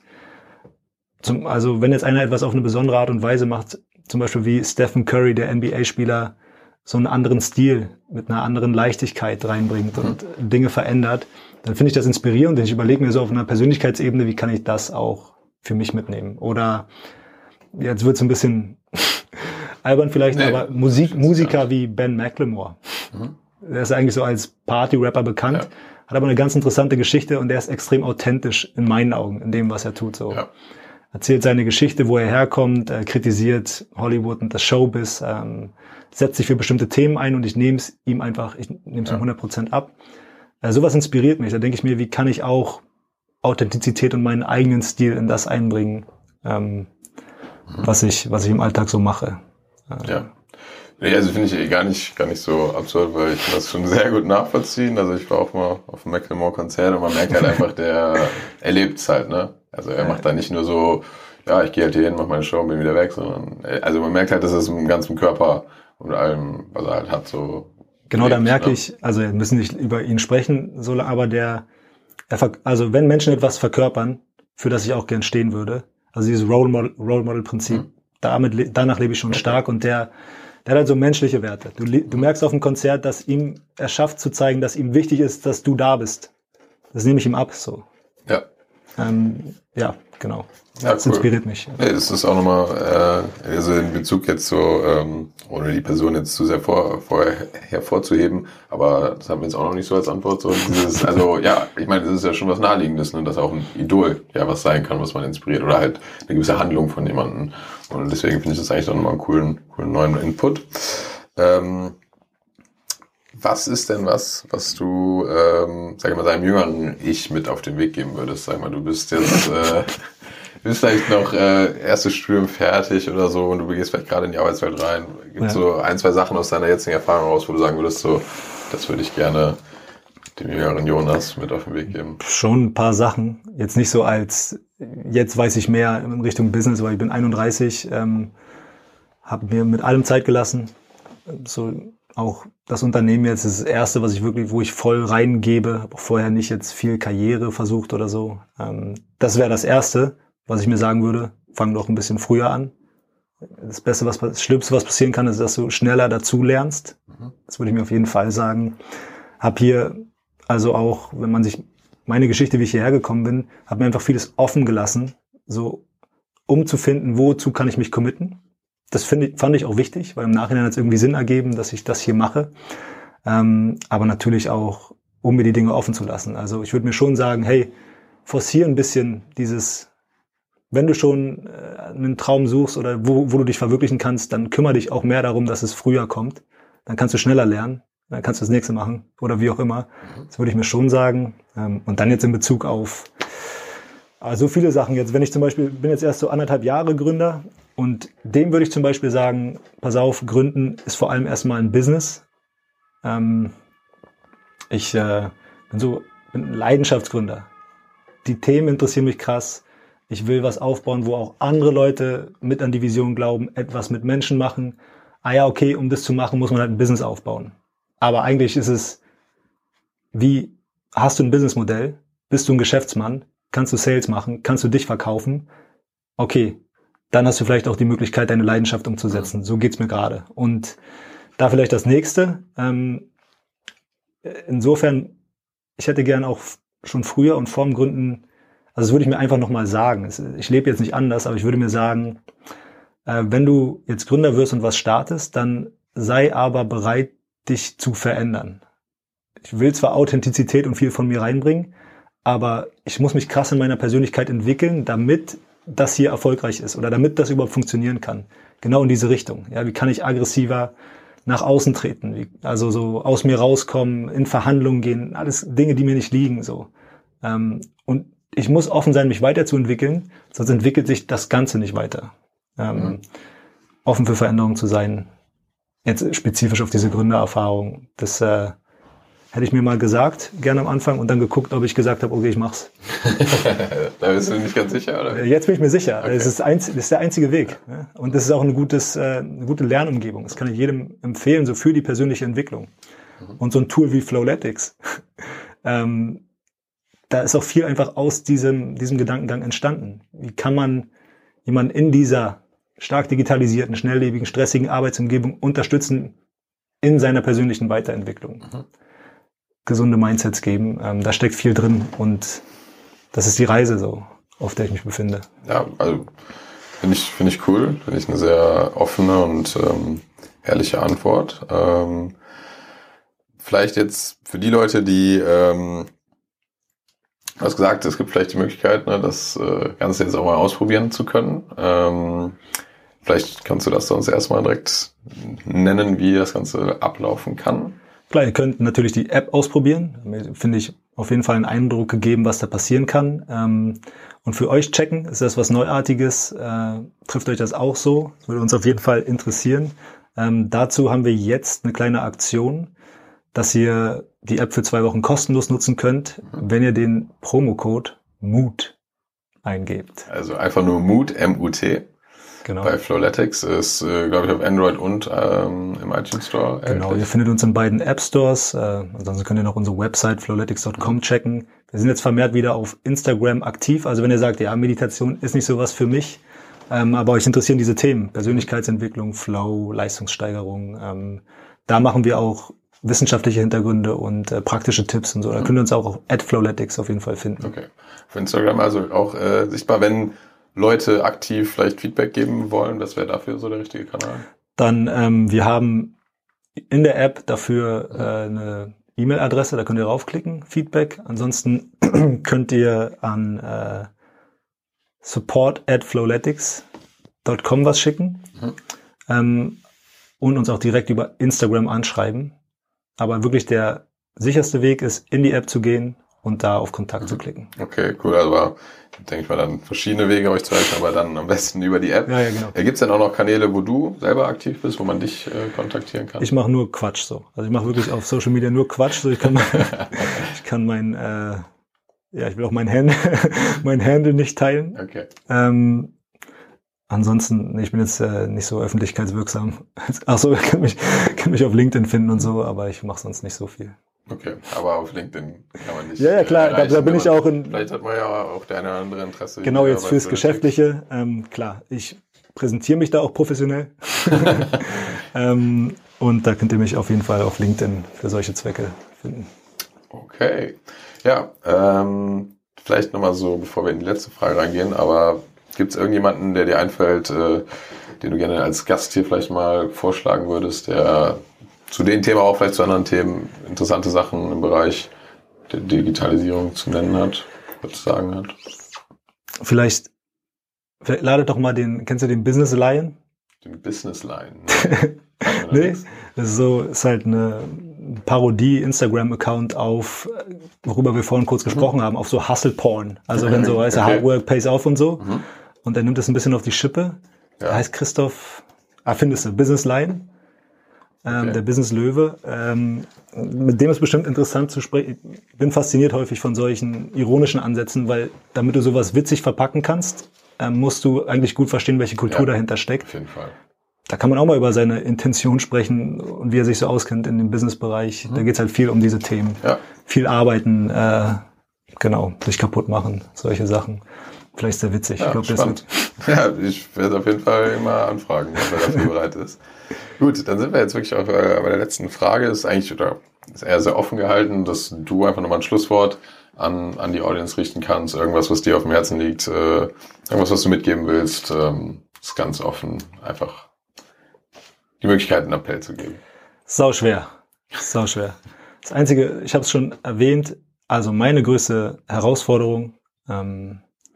zum, also wenn jetzt einer etwas auf eine besondere Art und Weise macht, zum Beispiel wie Stephen Curry, der N B A-Spieler, so einen anderen Stil mit einer anderen Leichtigkeit reinbringt mhm. und Dinge verändert, dann finde ich das inspirierend und ich überlege mir so auf einer Persönlichkeitsebene, wie kann ich das auch für mich mitnehmen. Oder jetzt wird es ein bisschen albern vielleicht, nee, aber Musik, Musiker wie Ben McLemore. Mhm. Der ist eigentlich so als Party-Rapper bekannt, ja. hat aber eine ganz interessante Geschichte und der ist extrem authentisch in meinen Augen, in dem, was er tut. So ja. Erzählt seine Geschichte, wo er herkommt, äh, kritisiert Hollywood und das Showbiz, ähm, setzt sich für bestimmte Themen ein und ich nehme es ihm einfach, ich nehme es ihm hundert Prozent ab. Äh, sowas inspiriert mich. Da denke ich mir, wie kann ich auch Authentizität und meinen eigenen Stil in das einbringen, ähm, was ich, was ich im Alltag so mache. Ja. Nee, also finde ich gar nicht, gar nicht so absurd, weil ich kann das schon sehr gut nachvollziehen. Also ich war auch mal auf dem Macklemore-Konzert und man merkt halt einfach, der erlebt es halt, ne? Also er macht da nicht nur so, ja, ich gehe halt hier hin, mach meine Show und bin wieder weg, sondern, also man merkt halt, dass es im ganzen Körper und allem, was er halt hat, so. Genau, erlebt, da merke ne? ich, also wir müssen nicht über ihn sprechen, so, aber der, er, ver- also wenn Menschen etwas verkörpern, für das ich auch gern stehen würde, also dieses Role Model, Role Model Prinzip, mhm. damit, le- danach lebe ich schon okay. stark und der, der hat halt so menschliche Werte. Du, du merkst auf dem Konzert, dass ihm, er schafft zu zeigen, dass ihm wichtig ist, dass du da bist. Das nehme ich ihm ab, so. Ja. Ähm, ja, genau. Ja, das cool. inspiriert mich. Nee, es ist auch nochmal, äh, also in Bezug jetzt so, ähm, ohne die Person jetzt zu sehr vor, vor, hervorzuheben, aber das haben wir jetzt auch noch nicht so als Antwort, so dieses, also ja, ich meine, das ist ja schon was Naheliegendes, ne, dass auch ein Idol ja was sein kann, was man inspiriert oder halt eine gewisse Handlung von jemandem und deswegen finde ich das eigentlich auch nochmal einen coolen, coolen neuen Input. Ähm, Was ist denn was, was du, ähm, sag ich mal, deinem jüngeren Ich mit auf den Weg geben würdest? Sag mal, du bist jetzt, äh, bist vielleicht noch äh, erstes Studium fertig oder so und du gehst vielleicht gerade in die Arbeitswelt rein. Gibt es ja. so ein, zwei Sachen aus deiner jetzigen Erfahrung raus, wo du sagen würdest, so, das würde ich gerne dem jüngeren Jonas mit auf den Weg geben? Schon ein paar Sachen. Jetzt nicht so als, jetzt weiß ich mehr in Richtung Business, weil ich bin einunddreißig, ähm, habe mir mit allem Zeit gelassen. So auch das Unternehmen jetzt ist das erste, was ich wirklich, wo ich voll reingebe. Habe auch vorher nicht jetzt viel Karriere versucht oder so. Ähm, das wäre das Erste, was ich mir sagen würde. Fang doch ein bisschen früher an. Das Beste, was das Schlimmste, was passieren kann, ist, dass du schneller dazu lernst. Das würde ich mir auf jeden Fall sagen. Hab hier also auch, wenn man sich meine Geschichte, wie ich hierher gekommen bin, habe mir einfach vieles offen gelassen, so um zu finden, wozu kann ich mich committen. Das finde ich, fand ich auch wichtig, weil im Nachhinein hat es irgendwie Sinn ergeben, dass ich das hier mache. Ähm, aber natürlich auch, um mir die Dinge offen zu lassen. Also ich würde mir schon sagen, hey, forciere ein bisschen dieses, wenn du schon äh, einen Traum suchst oder wo, wo du dich verwirklichen kannst, dann kümmere dich auch mehr darum, dass es früher kommt. Dann kannst du schneller lernen, dann kannst du das nächste machen oder wie auch immer. Das würde ich mir schon sagen. Ähm, und dann jetzt in Bezug auf also viele Sachen jetzt. Wenn ich zum Beispiel, bin jetzt erst so anderthalb Jahre Gründer und dem würde ich zum Beispiel sagen, pass auf, Gründen ist vor allem erstmal ein Business. Ähm, ich äh, bin so bin ein Leidenschaftsgründer. Die Themen interessieren mich krass. Ich will was aufbauen, wo auch andere Leute mit an die Vision glauben, etwas mit Menschen machen. Ah ja, okay, um das zu machen, muss man halt ein Business aufbauen. Aber eigentlich ist es, wie hast du ein Businessmodell? Bist du ein Geschäftsmann? Kannst du Sales machen? Kannst du dich verkaufen? Okay, dann hast du vielleicht auch die Möglichkeit, deine Leidenschaft umzusetzen. So geht's mir gerade. Und da vielleicht das Nächste. Ähm, insofern, ich hätte gern auch schon früher und vorm Gründen, also das würde ich mir einfach nochmal sagen. Ich lebe jetzt nicht anders, aber ich würde mir sagen, äh, wenn du jetzt Gründer wirst und was startest, dann sei aber bereit, dich zu verändern. Ich will zwar Authentizität und viel von mir reinbringen, aber ich muss mich krass in meiner Persönlichkeit entwickeln, damit das hier erfolgreich ist oder damit das überhaupt funktionieren kann. Genau in diese Richtung. Ja, wie kann ich aggressiver nach außen treten? Wie, also so aus mir rauskommen, in Verhandlungen gehen, alles Dinge, die mir nicht liegen. So. Ähm, und ich muss offen sein, mich weiterzuentwickeln, sonst entwickelt sich das Ganze nicht weiter. Ähm, mhm. Offen für Veränderungen zu sein, jetzt spezifisch auf diese Gründererfahrung, das äh, hätte ich mir mal gesagt, gerne am Anfang, und dann geguckt, ob ich gesagt habe, okay, ich mach's. Da bist du nicht ganz sicher, oder? Jetzt bin ich mir sicher. Okay. Das ist, einz- das ist der einzige Weg. Ja? Und das ist auch ein gutes, äh, eine gute Lernumgebung. Das kann ich jedem empfehlen, so für die persönliche Entwicklung. Mhm. Und so ein Tool wie Flowletics, ähm, da ist auch viel einfach aus diesem, diesem Gedankengang entstanden. Wie kann man jemanden in dieser stark digitalisierten, schnelllebigen, stressigen Arbeitsumgebung unterstützen in seiner persönlichen Weiterentwicklung? Mhm. Gesunde Mindsets geben. Ähm, da steckt viel drin und das ist die Reise so, auf der ich mich befinde. Ja, also finde ich, finde ich cool. Finde ich eine sehr offene und ähm, ehrliche Antwort. Ähm, vielleicht jetzt für die Leute, die ähm, du hast gesagt, es gibt vielleicht die Möglichkeit, ne, das äh, Ganze jetzt auch mal ausprobieren zu können. Ähm, vielleicht kannst du das uns erstmal direkt nennen, wie das Ganze ablaufen kann. Klar, ihr könnt natürlich die App ausprobieren. Mir, finde ich, auf jeden Fall einen Eindruck gegeben, was da passieren kann. Ähm, und für euch checken, ist das was Neuartiges? Äh, trifft euch das auch so? Das würde uns auf jeden Fall interessieren. Ähm, dazu haben wir jetzt eine kleine Aktion, dass ihr die App für zwei Wochen kostenlos nutzen könnt, wenn ihr den Promocode MOOT eingebt. Also einfach nur MOOT, M U T. Genau. Bei Flowletics ist, äh, glaube ich, auf Android und ähm, im iTunes Store. Genau, ihr findet uns in beiden App Stores. Äh, ansonsten könnt ihr noch unsere Website flowletics Punkt com checken. Wir sind jetzt vermehrt wieder auf Instagram aktiv. Also wenn ihr sagt, ja, Meditation ist nicht so was für mich, ähm, aber euch interessieren diese Themen, Persönlichkeitsentwicklung, Flow, Leistungssteigerung, ähm, da machen wir auch wissenschaftliche Hintergründe und äh, praktische Tipps und so. Da könnt ihr uns auch auf at flowletics auf jeden Fall finden. Okay. Auf Instagram also auch äh, sichtbar, wenn Leute aktiv vielleicht Feedback geben wollen, das wäre dafür so der richtige Kanal? Dann, ähm, wir haben in der App dafür äh, eine E-Mail-Adresse, da könnt ihr raufklicken, Feedback. Ansonsten könnt ihr an äh, support at flowletics Punkt com was schicken mhm. ähm, und uns auch direkt über Instagram anschreiben. Aber wirklich der sicherste Weg ist, in die App zu gehen und da auf Kontakt mhm. zu klicken. Okay, cool. Also denke ich mal dann verschiedene Wege euch zu helfen, aber dann am besten über die App. Ja, ja, genau. Gibt es denn auch noch Kanäle, wo du selber aktiv bist, wo man dich äh, kontaktieren kann? Ich mache nur Quatsch so. Also ich mache wirklich auf Social Media nur Quatsch. So ich kann ich kann mein äh, ja ich will auch mein Handle mein Handle nicht teilen. Okay. Ähm, ansonsten, ich bin jetzt äh, nicht so öffentlichkeitswirksam. Ach so, kann mich kann mich auf LinkedIn finden und so, aber ich mache sonst nicht so viel. Okay, aber auf LinkedIn kann man nicht. Ja, ja klar, da, da bin ich auch in. Vielleicht hat man ja auch der eine oder andere Interesse. Genau, jetzt fürs Geschäftliche. Ähm, klar, ich präsentiere mich da auch professionell. ähm, und da könnt ihr mich auf jeden Fall auf LinkedIn für solche Zwecke finden. Okay. Ja, ähm, vielleicht nochmal so, bevor wir in die letzte Frage reingehen, aber gibt es irgendjemanden, der dir einfällt, äh, den du gerne als Gast hier vielleicht mal vorschlagen würdest, der zu den Themen, auch vielleicht zu anderen Themen, interessante Sachen im Bereich der Digitalisierung zu nennen hat, was zu sagen hat? Vielleicht, vielleicht ladet doch mal den, kennst du den Business Lion? Den Business Lion? Nee, das ist so, ist halt eine Parodie-Instagram-Account auf, worüber wir vorhin kurz mhm. gesprochen haben, auf so Hustle-Porn. Also wenn so, weißt du, okay. Hard Work pays off und so. Mhm. Und er nimmt das ein bisschen auf die Schippe. Ja. Der heißt Christoph, ah, findest du, Business Lion? Ähm, okay. Der Business Löwe. Ähm, mit dem ist bestimmt interessant zu sprechen. Ich bin fasziniert häufig von solchen ironischen Ansätzen, weil damit du sowas witzig verpacken kannst, ähm, musst du eigentlich gut verstehen, welche Kultur ja, dahinter steckt. Auf jeden Fall. Da kann man auch mal über seine Intention sprechen und wie er sich so auskennt in dem Businessbereich. Mhm. Da geht's halt viel um diese Themen. Ja. Viel arbeiten, äh, genau, sich kaputt machen, solche Sachen. Vielleicht sehr witzig. Ja, ich glaube, das ja, ich werde auf jeden Fall immer anfragen, ob er dafür bereit ist. Gut, dann sind wir jetzt wirklich auf, äh, bei der letzten Frage. Ist eigentlich oder ist eher sehr offen gehalten, dass du einfach nochmal ein Schlusswort an an die Audience richten kannst. Irgendwas, was dir auf dem Herzen liegt, äh, irgendwas, was du mitgeben willst. Ähm, ist ganz offen, einfach die Möglichkeit, einen Appell zu geben. Sau schwer, sau schwer. Das Einzige, ich habe es schon erwähnt, also meine größte Herausforderung, ähm,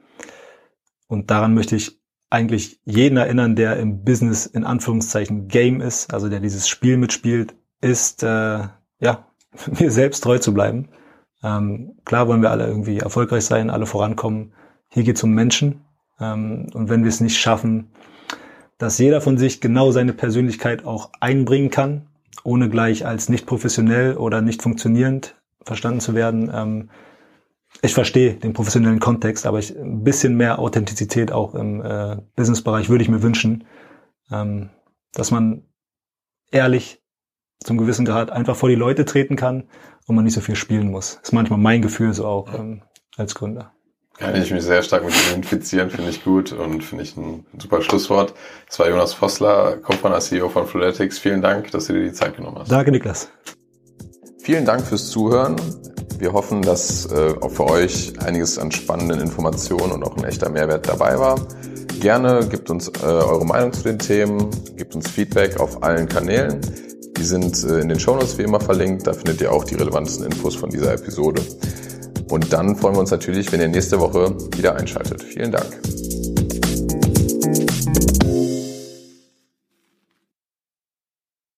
und daran möchte ich eigentlich jeden erinnern, der im Business in Anführungszeichen Game ist, also der dieses Spiel mitspielt, ist, äh, ja, mir selbst treu zu bleiben. Ähm, klar wollen wir alle irgendwie erfolgreich sein, alle vorankommen. Hier geht es um Menschen. Ähm, und wenn wir es nicht schaffen, dass jeder von sich genau seine Persönlichkeit auch einbringen kann, ohne gleich als nicht professionell oder nicht funktionierend verstanden zu werden, ähm, ich verstehe den professionellen Kontext, aber ich, ein bisschen mehr Authentizität auch im äh, Businessbereich würde ich mir wünschen, ähm, dass man ehrlich zum gewissen Grad einfach vor die Leute treten kann und man nicht so viel spielen muss. Das ist manchmal mein Gefühl so auch ähm, als Gründer. Kann ich mich sehr stark mit identifizieren, finde ich gut und finde ich ein super Schlusswort. Das war Jonas Vossler, Co-Founder, C E O von Flowletics. Vielen Dank, dass du dir die Zeit genommen hast. Danke, Niklas. Vielen Dank fürs Zuhören. Wir hoffen, dass äh, auch für euch einiges an spannenden Informationen und auch ein echter Mehrwert dabei war. Gerne gebt uns äh, eure Meinung zu den Themen, gebt uns Feedback auf allen Kanälen. Die sind äh, in den Shownotes wie immer verlinkt. Da findet ihr auch die relevantesten Infos von dieser Episode. Und dann freuen wir uns natürlich, wenn ihr nächste Woche wieder einschaltet. Vielen Dank.